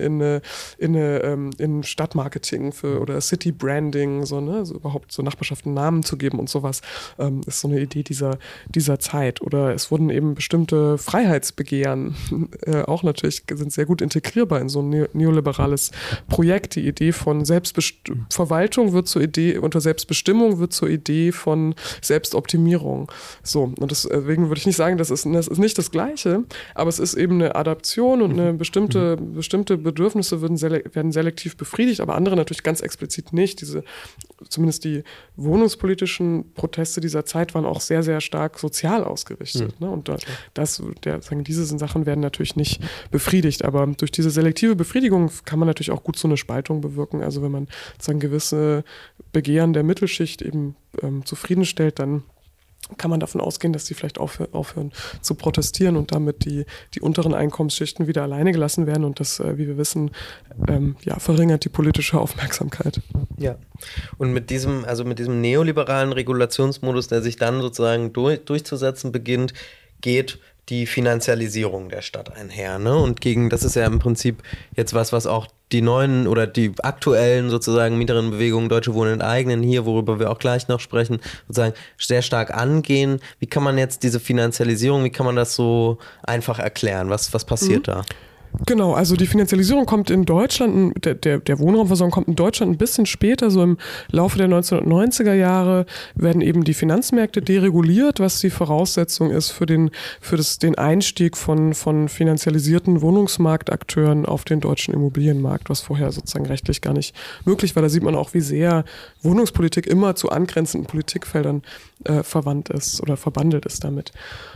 in Stadtmarketing oder City Branding, also überhaupt so Nachbarschaften Namen zu geben und sowas, ist so eine Idee dieser Zeit. Oder es wurden eben bestimmte Freiheitsbegehren auch natürlich, sind sehr gut integrierbar in so ein neoliberales Projekt. Die Idee von Verwaltung wird zur Idee, unter Selbstbestimmung wird zur Idee von Selbstoptimierung. So, und deswegen würde ich nicht sagen, das ist nicht das Gleiche, aber es ist eben eine Adaption und eine bestimmte Bedürfnisse werden selektiv befriedigt, aber andere natürlich ganz explizit nicht. Zumindest die wohnungspolitischen Proteste dieser Zeit waren auch sehr, sehr stark sozial ausgerichtet. Ne? Und diese Sachen werden natürlich nicht befriedigt, aber durch diese selektive Befriedigung kann man natürlich auch gut so eine Spaltung bewirken. Also wenn man sozusagen gewisse Begehren der Mittelschicht eben zufriedenstellt, dann kann man davon ausgehen, dass die vielleicht aufhören zu protestieren und damit die unteren Einkommensschichten wieder alleine gelassen werden und das, wie wir wissen, verringert die politische Aufmerksamkeit. Ja, und mit diesem neoliberalen Regulationsmodus, der sich dann sozusagen durchzusetzen beginnt, geht die Finanzialisierung der Stadt einher, ne? Und das ist ja im Prinzip jetzt was auch die neuen oder die aktuellen sozusagen Mieterinnenbewegungen Deutsche Wohnen enteignen hier, worüber wir auch gleich noch sprechen, sozusagen sehr stark angehen. Wie kann man jetzt diese Finanzialisierung, wie kann man das so einfach erklären? Was passiert da? Genau, also die Finanzialisierung kommt in Deutschland, der Wohnraumversorgung kommt in Deutschland ein bisschen später, so im Laufe der 1990er Jahre werden eben die Finanzmärkte dereguliert, was die Voraussetzung ist für den Einstieg von finanzialisierten Wohnungsmarktakteuren auf den deutschen Immobilienmarkt, was vorher sozusagen rechtlich gar nicht möglich war. Da sieht man auch, wie sehr Wohnungspolitik immer zu angrenzenden Politikfeldern verwandt ist oder verbandelt ist damit.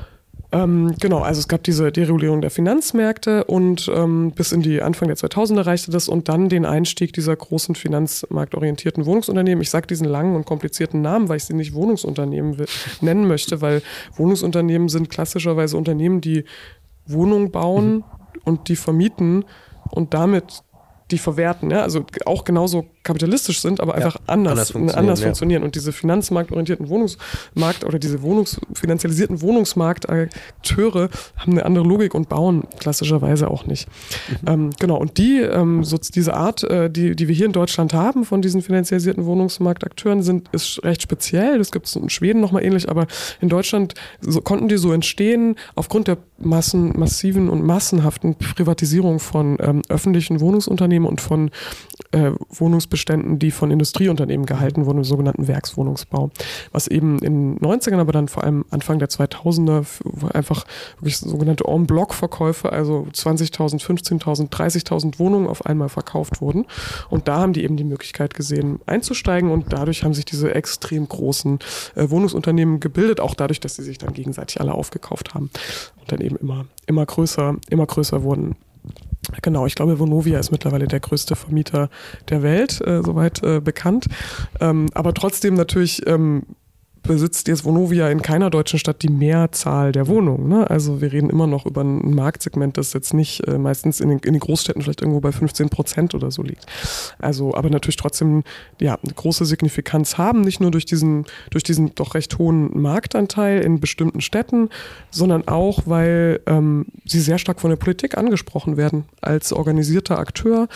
Genau, also es gab diese Deregulierung der Finanzmärkte und bis in die Anfang der 2000er reichte das und dann den Einstieg dieser großen finanzmarktorientierten Wohnungsunternehmen. Ich sage diesen langen und komplizierten Namen, weil ich sie nicht Wohnungsunternehmen nennen möchte, weil Wohnungsunternehmen sind klassischerweise Unternehmen, die Wohnungen bauen und die vermieten und damit die verwerten, ja, also auch genauso kapitalistisch sind, aber einfach anders funktionieren. Und diese finanzmarktorientierten Wohnungsmarkt oder diese finanzialisierten Wohnungsmarktakteure haben eine andere Logik und bauen klassischerweise auch nicht. Genau, und diese Art, die wir hier in Deutschland haben von diesen finanzialisierten Wohnungsmarktakteuren, ist recht speziell. Das gibt es in Schweden nochmal ähnlich, aber in Deutschland konnten die so entstehen aufgrund der massiven und massenhaften Privatisierung von öffentlichen Wohnungsunternehmen und von Wohnungsbeständen, die von Industrieunternehmen gehalten wurden, im sogenannten Werkswohnungsbau. Was eben in den 90ern, aber dann vor allem Anfang der 2000er einfach wirklich sogenannte En-Bloc-Verkäufe, also 20.000, 15.000, 30.000 Wohnungen auf einmal verkauft wurden. Und da haben die eben die Möglichkeit gesehen, einzusteigen und dadurch haben sich diese extrem großen Wohnungsunternehmen gebildet, auch dadurch, dass sie sich dann gegenseitig alle aufgekauft haben und dann eben immer größer wurden. Genau, ich glaube, Vonovia ist mittlerweile der größte Vermieter der Welt, soweit bekannt. Aber trotzdem natürlich besitzt jetzt Vonovia in keiner deutschen Stadt die Mehrzahl der Wohnungen. Ne? Also wir reden immer noch über ein Marktsegment, das jetzt nicht meistens in den Großstädten vielleicht irgendwo bei 15% oder so liegt. Also aber natürlich trotzdem eine große Signifikanz haben, nicht nur durch diesen doch recht hohen Marktanteil in bestimmten Städten, sondern auch, weil sie sehr stark von der Politik angesprochen werden als organisierter Akteur,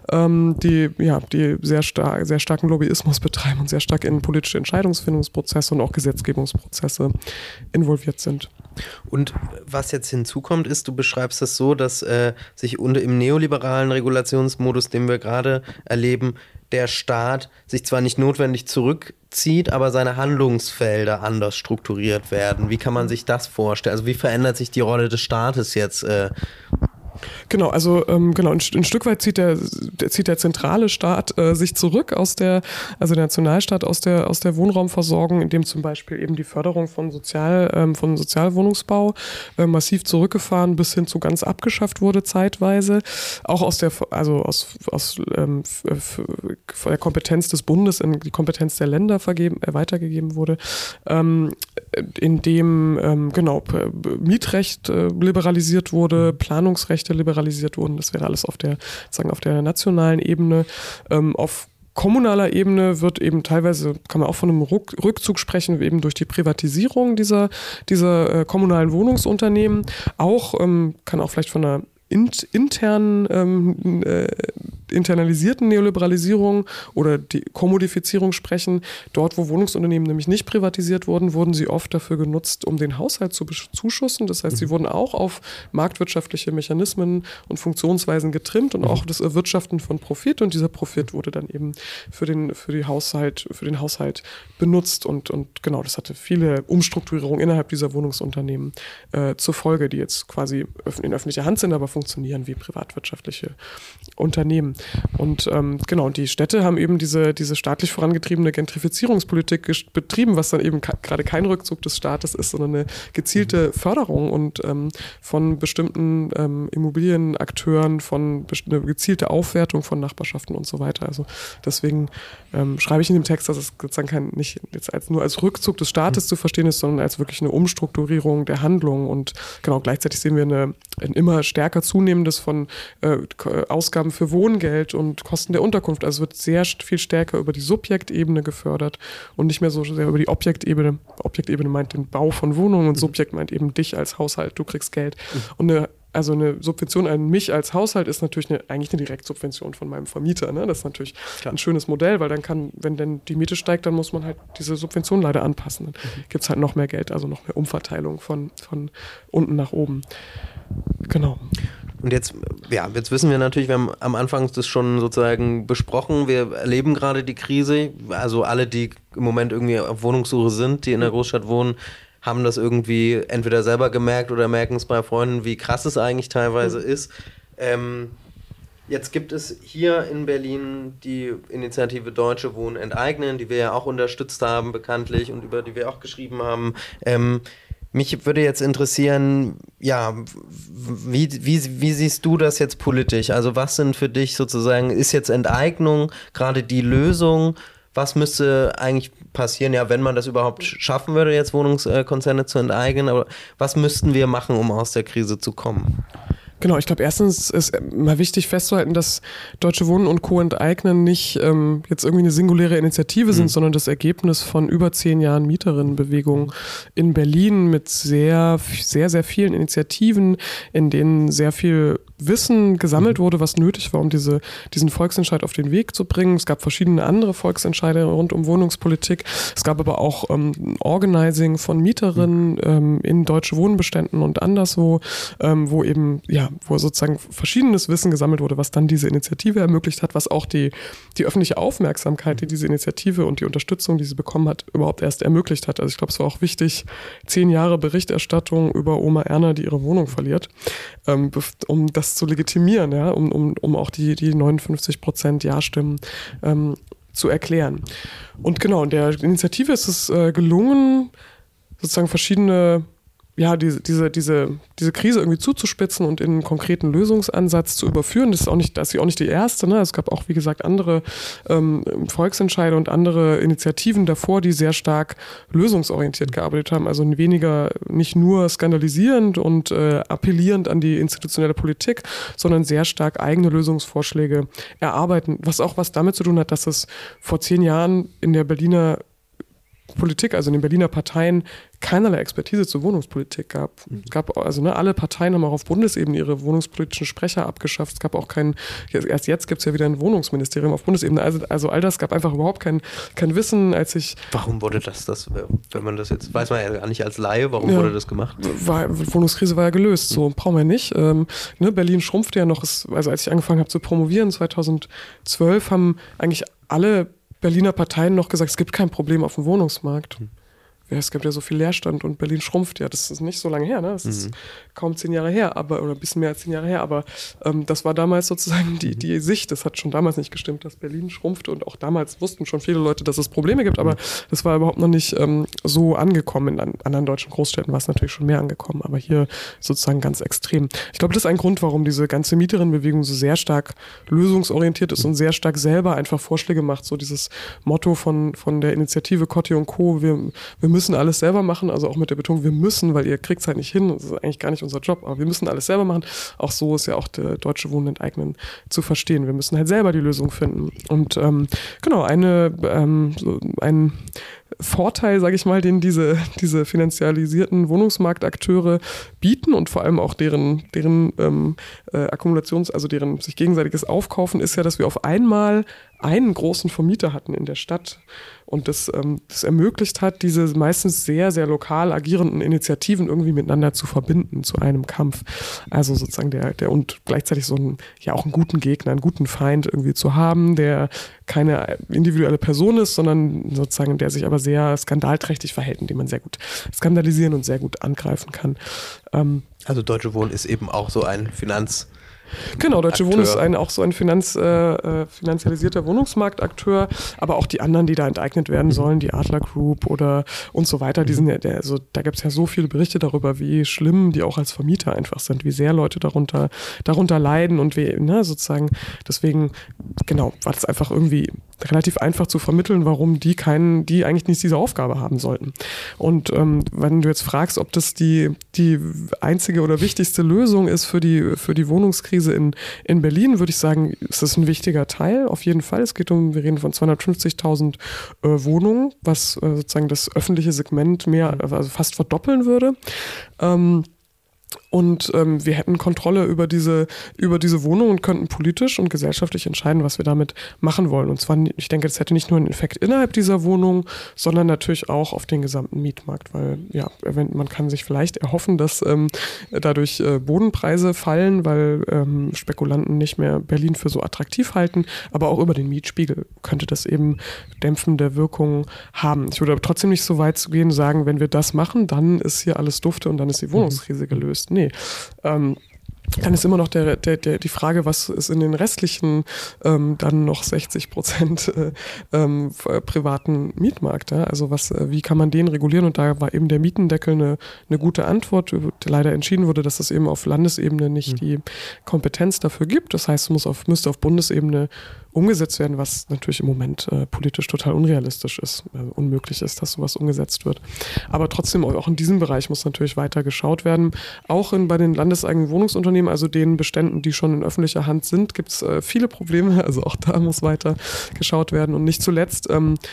die sehr starken Lobbyismus betreiben und sehr stark in politische Entscheidungsfindungsprozesse und auch Gesetzgebungsprozesse involviert sind. Und was jetzt hinzukommt ist, du beschreibst es so, dass sich im neoliberalen Regulationsmodus, den wir gerade erleben, der Staat sich zwar nicht notwendig zurückzieht, aber seine Handlungsfelder anders strukturiert werden. Wie kann man sich das vorstellen? Also wie verändert sich die Rolle des Staates jetzt? Genau, also ein Stück weit zieht der zentrale Staat sich zurück der Nationalstaat aus der Wohnraumversorgung, indem zum Beispiel eben die Förderung von Sozialwohnungsbau massiv zurückgefahren bis hin zu ganz abgeschafft wurde zeitweise, auch aus der Kompetenz des Bundes in die Kompetenz der Länder weitergegeben wurde, indem Mietrecht liberalisiert wurde, Planungsrechte liberalisiert wurden. Das wäre alles auf der nationalen Ebene. Auf kommunaler Ebene wird eben teilweise, kann man auch von einem Rückzug sprechen, eben durch die Privatisierung dieser kommunalen Wohnungsunternehmen. Kann auch vielleicht von einer internalisierten Neoliberalisierung oder die Kommodifizierung sprechen. Dort, wo Wohnungsunternehmen nämlich nicht privatisiert wurden, wurden sie oft dafür genutzt, um den Haushalt zu bezuschussen. Das heißt, sie wurden auch auf marktwirtschaftliche Mechanismen und Funktionsweisen getrimmt und auch das Erwirtschaften von Profit. Und dieser Profit wurde dann eben für den Haushalt benutzt. Und genau, das hatte viele Umstrukturierungen innerhalb dieser Wohnungsunternehmen zur Folge, die jetzt quasi in öffentlicher Hand sind, aber funktionieren wie privatwirtschaftliche Unternehmen. Und die Städte haben eben diese staatlich vorangetriebene Gentrifizierungspolitik betrieben, was dann eben gerade kein Rückzug des Staates ist, sondern eine gezielte Förderung und von bestimmten Immobilienakteuren, eine gezielte Aufwertung von Nachbarschaften und so weiter. Also deswegen schreibe ich in dem Text, dass es sozusagen nicht jetzt nur als Rückzug des Staates zu verstehen ist, sondern als wirklich eine Umstrukturierung der Handlung. Und genau gleichzeitig sehen wir ein immer stärker zunehmendes von Ausgaben für Wohngeld und Kosten der Unterkunft. Also wird sehr viel stärker über die Subjektebene gefördert und nicht mehr so sehr über die Objektebene. Objektebene meint den Bau von Wohnungen und Subjekt meint eben dich als Haushalt, du kriegst Geld. Und eine Subvention an mich als Haushalt ist natürlich eigentlich eine Direktsubvention von meinem Vermieter. Ne? Das ist natürlich ein schönes Modell, weil dann wenn dann die Miete steigt, dann muss man halt diese Subvention leider anpassen. Dann gibt es halt noch mehr Geld, also noch mehr Umverteilung von unten nach oben. Genau. Und jetzt wissen wir natürlich, wir haben am Anfang das schon sozusagen besprochen, wir erleben gerade die Krise, also alle, die im Moment irgendwie auf Wohnungssuche sind, die in der Großstadt wohnen, haben das irgendwie entweder selber gemerkt oder merken es bei Freunden, wie krass es eigentlich teilweise ist. Jetzt gibt es hier in Berlin die Initiative Deutsche Wohnen enteignen, die wir ja auch unterstützt haben bekanntlich und über die wir auch geschrieben haben. Mich würde jetzt interessieren, ja, wie siehst du das jetzt politisch? Also was sind für dich sozusagen, ist jetzt Enteignung gerade die Lösung? Was müsste eigentlich passieren, ja, wenn man das überhaupt schaffen würde, jetzt Wohnungskonzerne zu enteignen? Aber was müssten wir machen, um aus der Krise zu kommen? Genau, ich glaube, erstens ist mal wichtig festzuhalten, dass Deutsche Wohnen und Co. enteignen nicht jetzt irgendwie eine singuläre Initiative sind, sondern das Ergebnis von über 10 Jahren Mieterinnenbewegung in Berlin mit sehr, sehr, sehr vielen Initiativen, in denen sehr viel Wissen gesammelt wurde, was nötig war, um diesen Volksentscheid auf den Weg zu bringen. Es gab verschiedene andere Volksentscheide rund um Wohnungspolitik. Es gab aber auch Organizing von Mieterinnen in Deutsche Wohnbeständen und anderswo, wo sozusagen verschiedenes Wissen gesammelt wurde, was dann diese Initiative ermöglicht hat, was auch die öffentliche Aufmerksamkeit, die diese Initiative und die Unterstützung, die sie bekommen hat, überhaupt erst ermöglicht hat. Also ich glaube, es war auch wichtig, 10 Jahre Berichterstattung über Oma Erna, die ihre Wohnung verliert, um das zu legitimieren, ja, um auch die 59% Ja-Stimmen zu erklären. Und genau, in der Initiative ist es gelungen, sozusagen verschiedene, diese Krise irgendwie zuzuspitzen und in einen konkreten Lösungsansatz zu überführen. Das ist sie auch nicht die erste, ne? Es gab auch, wie gesagt, andere Volksentscheide und andere Initiativen davor, die sehr stark lösungsorientiert gearbeitet haben. Also nicht nur skandalisierend und appellierend an die institutionelle Politik, sondern sehr stark eigene Lösungsvorschläge erarbeiten. Was damit zu tun hat, dass es vor 10 Jahren in der Berliner Politik, also in den Berliner Parteien, keinerlei Expertise zur Wohnungspolitik gab. Es gab alle Parteien haben auch auf Bundesebene ihre wohnungspolitischen Sprecher abgeschafft. Es gab auch erst jetzt gibt es ja wieder ein Wohnungsministerium auf Bundesebene. Also all das gab einfach überhaupt kein Wissen, Warum wurde das, wenn man das jetzt, weiß man ja gar nicht als Laie, warum wurde das gemacht? Wohnungskrise war ja gelöst, so brauchen wir nicht. Berlin schrumpfte ja noch, als ich angefangen habe zu promovieren, 2012 haben eigentlich alle Berliner Parteien noch gesagt, es gibt kein Problem auf dem Wohnungsmarkt. Es gibt ja so viel Leerstand und Berlin schrumpft ja. Das ist nicht so lange her, ne? Das ist kaum 10 Jahre her, oder ein bisschen mehr als 10 Jahre her. Aber das war damals sozusagen die Sicht. Das hat schon damals nicht gestimmt, dass Berlin schrumpfte. Und auch damals wussten schon viele Leute, dass es Probleme gibt. Aber das war überhaupt noch nicht so angekommen. In anderen deutschen Großstädten war es natürlich schon mehr angekommen. Aber hier sozusagen ganz extrem. Ich glaube, das ist ein Grund, warum diese ganze Mieterinnenbewegung so sehr stark lösungsorientiert ist und sehr stark selber einfach Vorschläge macht. So dieses Motto von der Initiative Kotti und Co. Wir müssen alles selber machen, also auch mit der Betonung, wir müssen, weil ihr kriegt es halt nicht hin, das ist eigentlich gar nicht unser Job, aber wir müssen alles selber machen. Auch so ist ja auch der Deutsche Wohnen enteignen zu verstehen. Wir müssen halt selber die Lösung finden. Und ein Vorteil, sage ich mal, den diese finanzialisierten Wohnungsmarktakteure bieten und vor allem auch deren also deren sich gegenseitiges Aufkaufen, ist ja, dass wir auf einmal einen großen Vermieter hatten in der Stadt und das ermöglicht hat, diese meistens sehr, sehr lokal agierenden Initiativen irgendwie miteinander zu verbinden zu einem Kampf. Also sozusagen der und gleichzeitig so auch einen guten Gegner, einen guten Feind irgendwie zu haben, der keine individuelle Person ist, sondern sozusagen der sich aber sehr skandalträchtig verhält, in dem man sehr gut skandalisieren und sehr gut angreifen kann. Also Deutsche Wohnen ist eben auch so ein Genau, Deutsche Wohnen ist auch so ein finanzialisierter Wohnungsmarktakteur, aber auch die anderen, die da enteignet werden sollen, die Adler Group und so weiter, die sind da gibt es ja so viele Berichte darüber, wie schlimm die auch als Vermieter einfach sind, wie sehr Leute darunter leiden und sozusagen, deswegen, genau, war das einfach irgendwie relativ einfach zu vermitteln, warum die eigentlich nicht diese Aufgabe haben sollten. Und wenn du jetzt fragst, ob das die einzige oder wichtigste Lösung ist für die Wohnungskrise in Berlin, würde ich sagen, ist das ein wichtiger Teil, auf jeden Fall. Wir reden von 250.000 Wohnungen, was sozusagen das öffentliche Segment also fast verdoppeln würde. Und wir hätten Kontrolle über diese Wohnung und könnten politisch und gesellschaftlich entscheiden, was wir damit machen wollen. Und zwar, ich denke, das hätte nicht nur einen Effekt innerhalb dieser Wohnung, sondern natürlich auch auf den gesamten Mietmarkt, weil ja, man kann sich vielleicht erhoffen, dass dadurch Bodenpreise fallen, weil Spekulanten nicht mehr Berlin für so attraktiv halten, aber auch über den Mietspiegel könnte das eben dämpfende Wirkungen haben. Ich würde aber trotzdem nicht so weit zu gehen, sagen, wenn wir das machen, dann ist hier alles dufte und dann ist die Wohnungskrise gelöst. Nee. Dann ist immer noch die Frage, was ist in den restlichen dann noch 60% privaten Mietmarkt. Ja? Also wie kann man den regulieren? Und da war eben der Mietendeckel eine gute Antwort. Leider entschieden wurde, dass es eben auf Landesebene nicht die Kompetenz dafür gibt. Das heißt, es müsste auf Bundesebene umgesetzt werden, was natürlich im Moment politisch total unrealistisch ist, unmöglich ist, dass sowas umgesetzt wird. Aber trotzdem, auch in diesem Bereich muss natürlich weiter geschaut werden. Auch bei den landeseigenen Wohnungsunternehmen, also den Beständen, die schon in öffentlicher Hand sind, gibt es viele Probleme. Also auch da muss weiter geschaut werden. Und nicht zuletzt,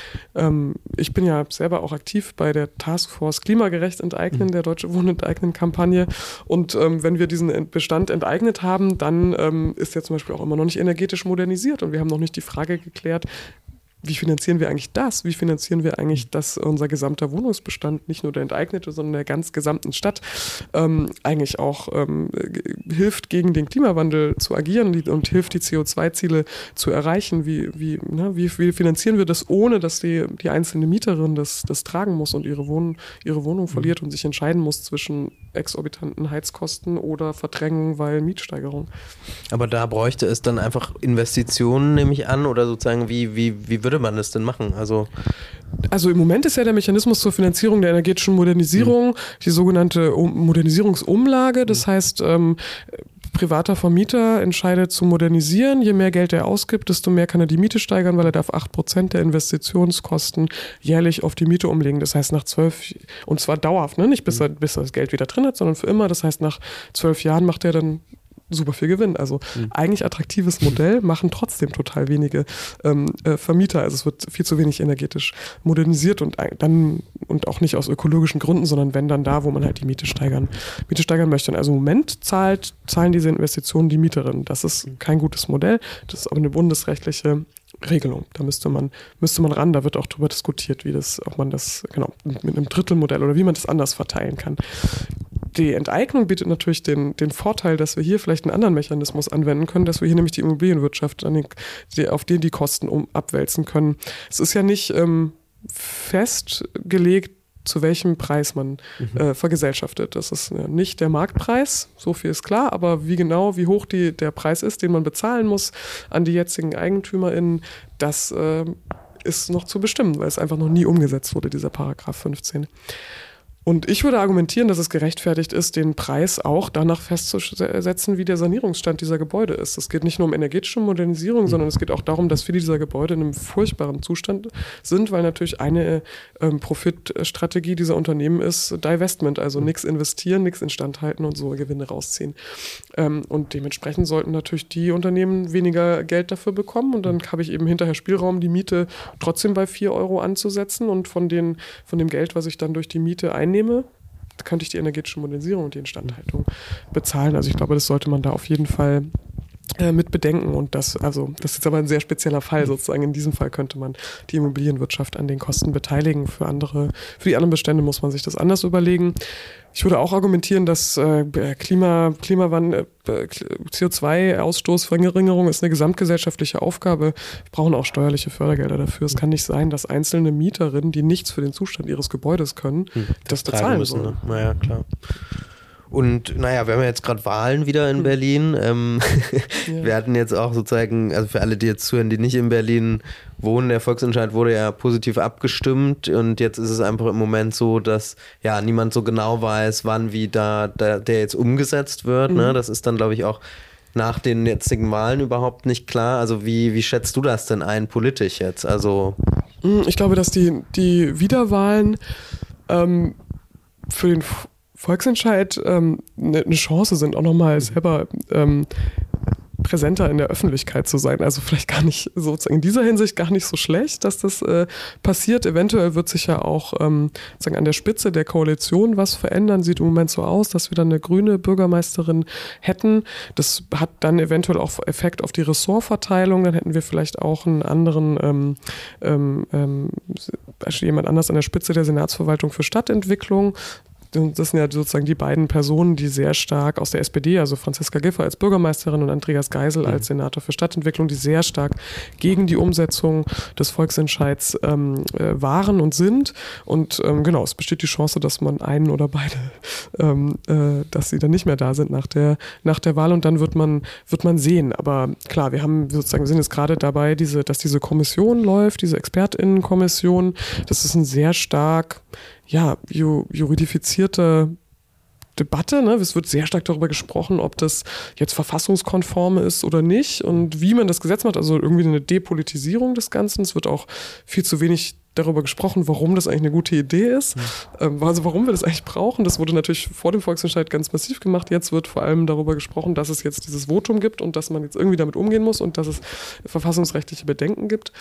ich bin ja selber auch aktiv bei der Taskforce Klimagerecht enteignen, der Deutsche Wohnen-Enteignen-Kampagne. Und wenn wir diesen Bestand enteignet haben, dann ist der zum Beispiel auch immer noch nicht energetisch modernisiert. Und wir haben noch nicht die Frage geklärt, wie finanzieren wir eigentlich das? Wie finanzieren wir eigentlich, dass unser gesamter Wohnungsbestand, nicht nur der enteignete, sondern der ganz gesamten Stadt, eigentlich auch hilft, gegen den Klimawandel zu agieren und hilft, die CO2-Ziele zu erreichen? Wie finanzieren wir das, ohne dass die einzelne Mieterin das tragen muss und ihre Wohnung verliert und sich entscheiden muss zwischen exorbitanten Heizkosten oder Verdrängung, weil Mietsteigerung? Aber da bräuchte es dann einfach Investitionen, nehme ich an, oder sozusagen, wie würde man das denn machen? Also im Moment ist ja der Mechanismus zur Finanzierung der energetischen Modernisierung die sogenannte Modernisierungsumlage. Das heißt, privater Vermieter entscheidet zu modernisieren. Je mehr Geld er ausgibt, desto mehr kann er die Miete steigern, weil er darf 8% der Investitionskosten jährlich auf die Miete umlegen. Das heißt, nach 12, und zwar dauerhaft, ne? Nicht bis er das Geld wieder drin hat, sondern für immer. Das heißt, nach 12 Jahren macht er dann super viel Gewinn. Also eigentlich attraktives Modell, machen trotzdem total wenige Vermieter. Also es wird viel zu wenig energetisch modernisiert und auch nicht aus ökologischen Gründen, sondern wenn dann da, wo man halt die Miete steigern möchte. Und also im Moment zahlen diese Investitionen die Mieterinnen. Das ist kein gutes Modell. Das ist aber eine bundesrechtliche Regelung. Da müsste man ran. Da wird auch darüber diskutiert, ob man das mit einem Drittelmodell oder wie man das anders verteilen kann. Die Enteignung bietet natürlich den Vorteil, dass wir hier vielleicht einen anderen Mechanismus anwenden können, dass wir hier nämlich die Immobilienwirtschaft auf die Kosten abwälzen können. Es ist ja nicht festgelegt, zu welchem Preis man vergesellschaftet. Das ist nicht der Marktpreis, so viel ist klar, aber wie hoch der Preis ist, den man bezahlen muss an die jetzigen EigentümerInnen, das ist noch zu bestimmen, weil es einfach noch nie umgesetzt wurde, dieser Paragraph 15. Und ich würde argumentieren, dass es gerechtfertigt ist, den Preis auch danach festzusetzen, wie der Sanierungsstand dieser Gebäude ist. Es geht nicht nur um energetische Modernisierung, sondern es geht auch darum, dass viele dieser Gebäude in einem furchtbaren Zustand sind, weil natürlich eine Profitstrategie dieser Unternehmen ist Divestment, also nichts investieren, nichts instand halten und so Gewinne rausziehen. Und dementsprechend sollten natürlich die Unternehmen weniger Geld dafür bekommen und dann habe ich eben hinterher Spielraum, die Miete trotzdem bei 4 Euro anzusetzen und von dem Geld, was ich dann durch die Miete einnehme, könnte ich die energetische Modernisierung und die Instandhaltung bezahlen. Also ich glaube, das sollte man da auf jeden Fall mit bedenken. Und das ist jetzt aber ein sehr spezieller Fall sozusagen. In diesem Fall könnte man die Immobilienwirtschaft an den Kosten beteiligen. Für die anderen Bestände muss man sich das anders überlegen. Ich würde auch argumentieren, dass Klimawandel, CO2-Ausstoßverringerung ist eine gesamtgesellschaftliche Aufgabe. Wir brauchen auch steuerliche Fördergelder dafür. Es kann nicht sein, dass einzelne Mieterinnen, die nichts für den Zustand ihres Gebäudes können, das bezahlen müssen. Ne? Naja, klar. Und wir haben ja jetzt gerade Wahlen wieder in Berlin. Wir hatten jetzt auch sozusagen, also für alle, die jetzt zuhören, die nicht in Berlin wohnen, der Volksentscheid wurde ja positiv abgestimmt und jetzt ist es einfach im Moment so, dass niemand so genau weiß, wann wie der jetzt umgesetzt wird. Ne? Das ist dann, glaube ich, auch nach den jetzigen Wahlen überhaupt nicht klar. Also wie schätzt du das denn ein politisch jetzt? Also ich glaube, dass die Wiederwahlen für den Volksentscheid eine Chance sind, auch nochmal selber präsenter in der Öffentlichkeit zu sein. Also vielleicht gar nicht sozusagen in dieser Hinsicht gar nicht so schlecht, dass das passiert. Eventuell wird sich ja auch sozusagen an der Spitze der Koalition was verändern. Sieht im Moment so aus, dass wir dann eine grüne Bürgermeisterin hätten. Das hat dann eventuell auch Effekt auf die Ressortverteilung. Dann hätten wir vielleicht auch einen anderen, jemand anders an der Spitze der Senatsverwaltung für Stadtentwicklung. Das sind ja sozusagen die beiden Personen, die sehr stark aus der SPD, also Franziska Giffey als Bürgermeisterin und Andreas Geisel als Senator für Stadtentwicklung, die sehr stark gegen die Umsetzung des Volksentscheids waren und sind. Und genau, es besteht die Chance, dass man einen oder beide, dass sie dann nicht mehr da sind nach der Wahl, und dann wird man sehen. Aber klar, wir sind jetzt gerade dabei, dass diese Kommission läuft, diese ExpertInnenkommission. Das ist ein sehr stark juridifizierte Debatte. Ne? Es wird sehr stark darüber gesprochen, ob das jetzt verfassungskonform ist oder nicht und wie man das Gesetz macht. Also irgendwie eine Depolitisierung des Ganzen. Es wird auch viel zu wenig darüber gesprochen, warum das eigentlich eine gute Idee ist. Also warum wir das eigentlich brauchen. Das wurde natürlich vor dem Volksentscheid ganz massiv gemacht. Jetzt wird vor allem darüber gesprochen, dass es jetzt dieses Votum gibt und dass man jetzt irgendwie damit umgehen muss und dass es verfassungsrechtliche Bedenken gibt.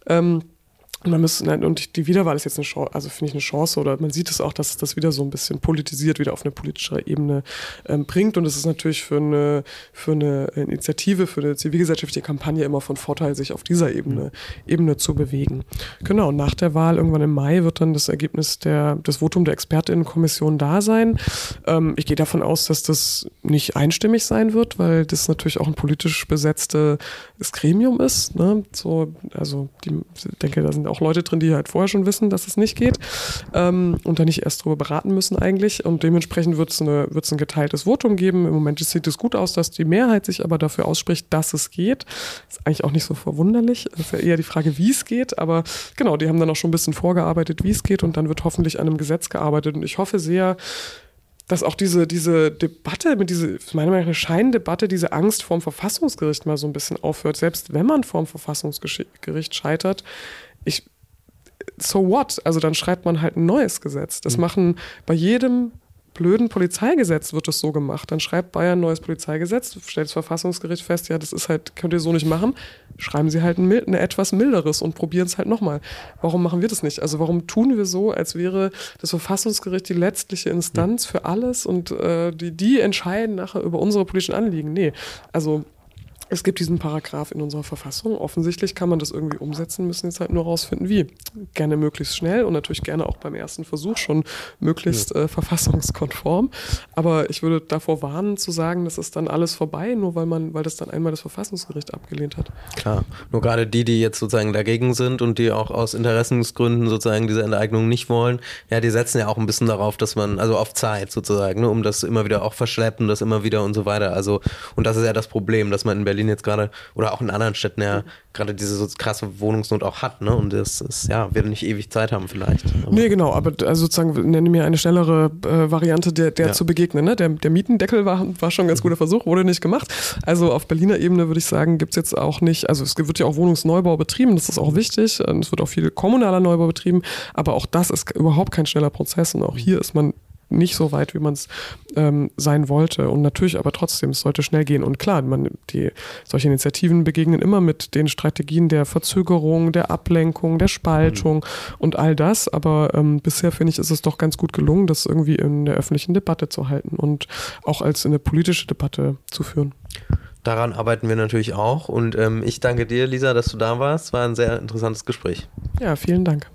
Und die Wiederwahl ist jetzt eine Chance, also finde ich eine Chance, oder man sieht es auch, dass es das wieder so ein bisschen politisiert, wieder auf eine politische Ebene bringt, und es ist natürlich für eine Initiative, für eine zivilgesellschaftliche Kampagne immer von Vorteil, sich auf dieser Ebene zu bewegen. Genau, nach der Wahl, irgendwann im Mai, wird dann das Ergebnis des Votum der ExpertInnenkommission da sein. Ich gehe davon aus, dass das nicht einstimmig sein wird, weil das natürlich auch ein politisch besetztes Gremium ist. Ne? Ich denke, da sind auch Leute drin, die halt vorher schon wissen, dass es nicht geht und da nicht erst drüber beraten müssen eigentlich, und dementsprechend wird es ein geteiltes Votum geben. Im Moment sieht es gut aus, dass die Mehrheit sich aber dafür ausspricht, dass es geht. Ist eigentlich auch nicht so verwunderlich. Das ist ja eher die Frage, wie es geht, aber genau, die haben dann auch schon ein bisschen vorgearbeitet, wie es geht, und dann wird hoffentlich an einem Gesetz gearbeitet, und ich hoffe sehr, dass auch diese Debatte, meiner Meinung nach eine Scheindebatte, diese Angst vorm Verfassungsgericht mal so ein bisschen aufhört. Selbst wenn man vorm Verfassungsgericht scheitert, so what? Also dann schreibt man halt ein neues Gesetz. Das machen bei jedem blöden Polizeigesetz wird das so gemacht. Dann schreibt Bayern ein neues Polizeigesetz, stellt das Verfassungsgericht fest, ja, das ist halt, könnt ihr so nicht machen. Schreiben sie halt ein etwas milderes und probieren es halt nochmal. Warum machen wir das nicht? Also warum tun wir so, als wäre das Verfassungsgericht die letztliche Instanz für alles und die entscheiden nachher über unsere politischen Anliegen? Nee, also es gibt diesen Paragraph in unserer Verfassung. Offensichtlich kann man das irgendwie umsetzen, müssen jetzt halt nur rausfinden, wie. Gerne möglichst schnell und natürlich gerne auch beim ersten Versuch schon möglichst verfassungskonform. Aber ich würde davor warnen zu sagen, das ist dann alles vorbei, nur weil das dann einmal das Verfassungsgericht abgelehnt hat. Klar, nur gerade die jetzt sozusagen dagegen sind und die auch aus Interessensgründen sozusagen diese Enteignung nicht wollen, ja, die setzen ja auch ein bisschen darauf, dass man, also auf Zeit sozusagen, ne, um das immer wieder auch verschleppen, das immer wieder und so weiter. Also, und das ist ja das Problem, dass man in Berlin jetzt gerade oder auch in anderen Städten ja gerade diese so krasse Wohnungsnot auch hat, ne? Und das ist, ja, wir nicht ewig Zeit haben vielleicht. Aber nee, genau, aber also sozusagen nenne mir eine schnellere Variante, der zu begegnen. Ne? Der Mietendeckel war schon ein ganz guter Versuch, wurde nicht gemacht. Also auf Berliner Ebene würde ich sagen, gibt es jetzt auch nicht, also es wird ja auch Wohnungsneubau betrieben, das ist auch wichtig. Es wird auch viel kommunaler Neubau betrieben, aber auch das ist überhaupt kein schneller Prozess, und auch hier ist man nicht so weit, wie man es sein wollte. Und natürlich aber trotzdem, es sollte schnell gehen. Und klar, solche Initiativen begegnen immer mit den Strategien der Verzögerung, der Ablenkung, der Spaltung und all das. Aber bisher, finde ich, ist es doch ganz gut gelungen, das irgendwie in der öffentlichen Debatte zu halten und auch als eine politische Debatte zu führen. Daran arbeiten wir natürlich auch. Und ich danke dir, Lisa, dass du da warst. War ein sehr interessantes Gespräch. Ja, vielen Dank.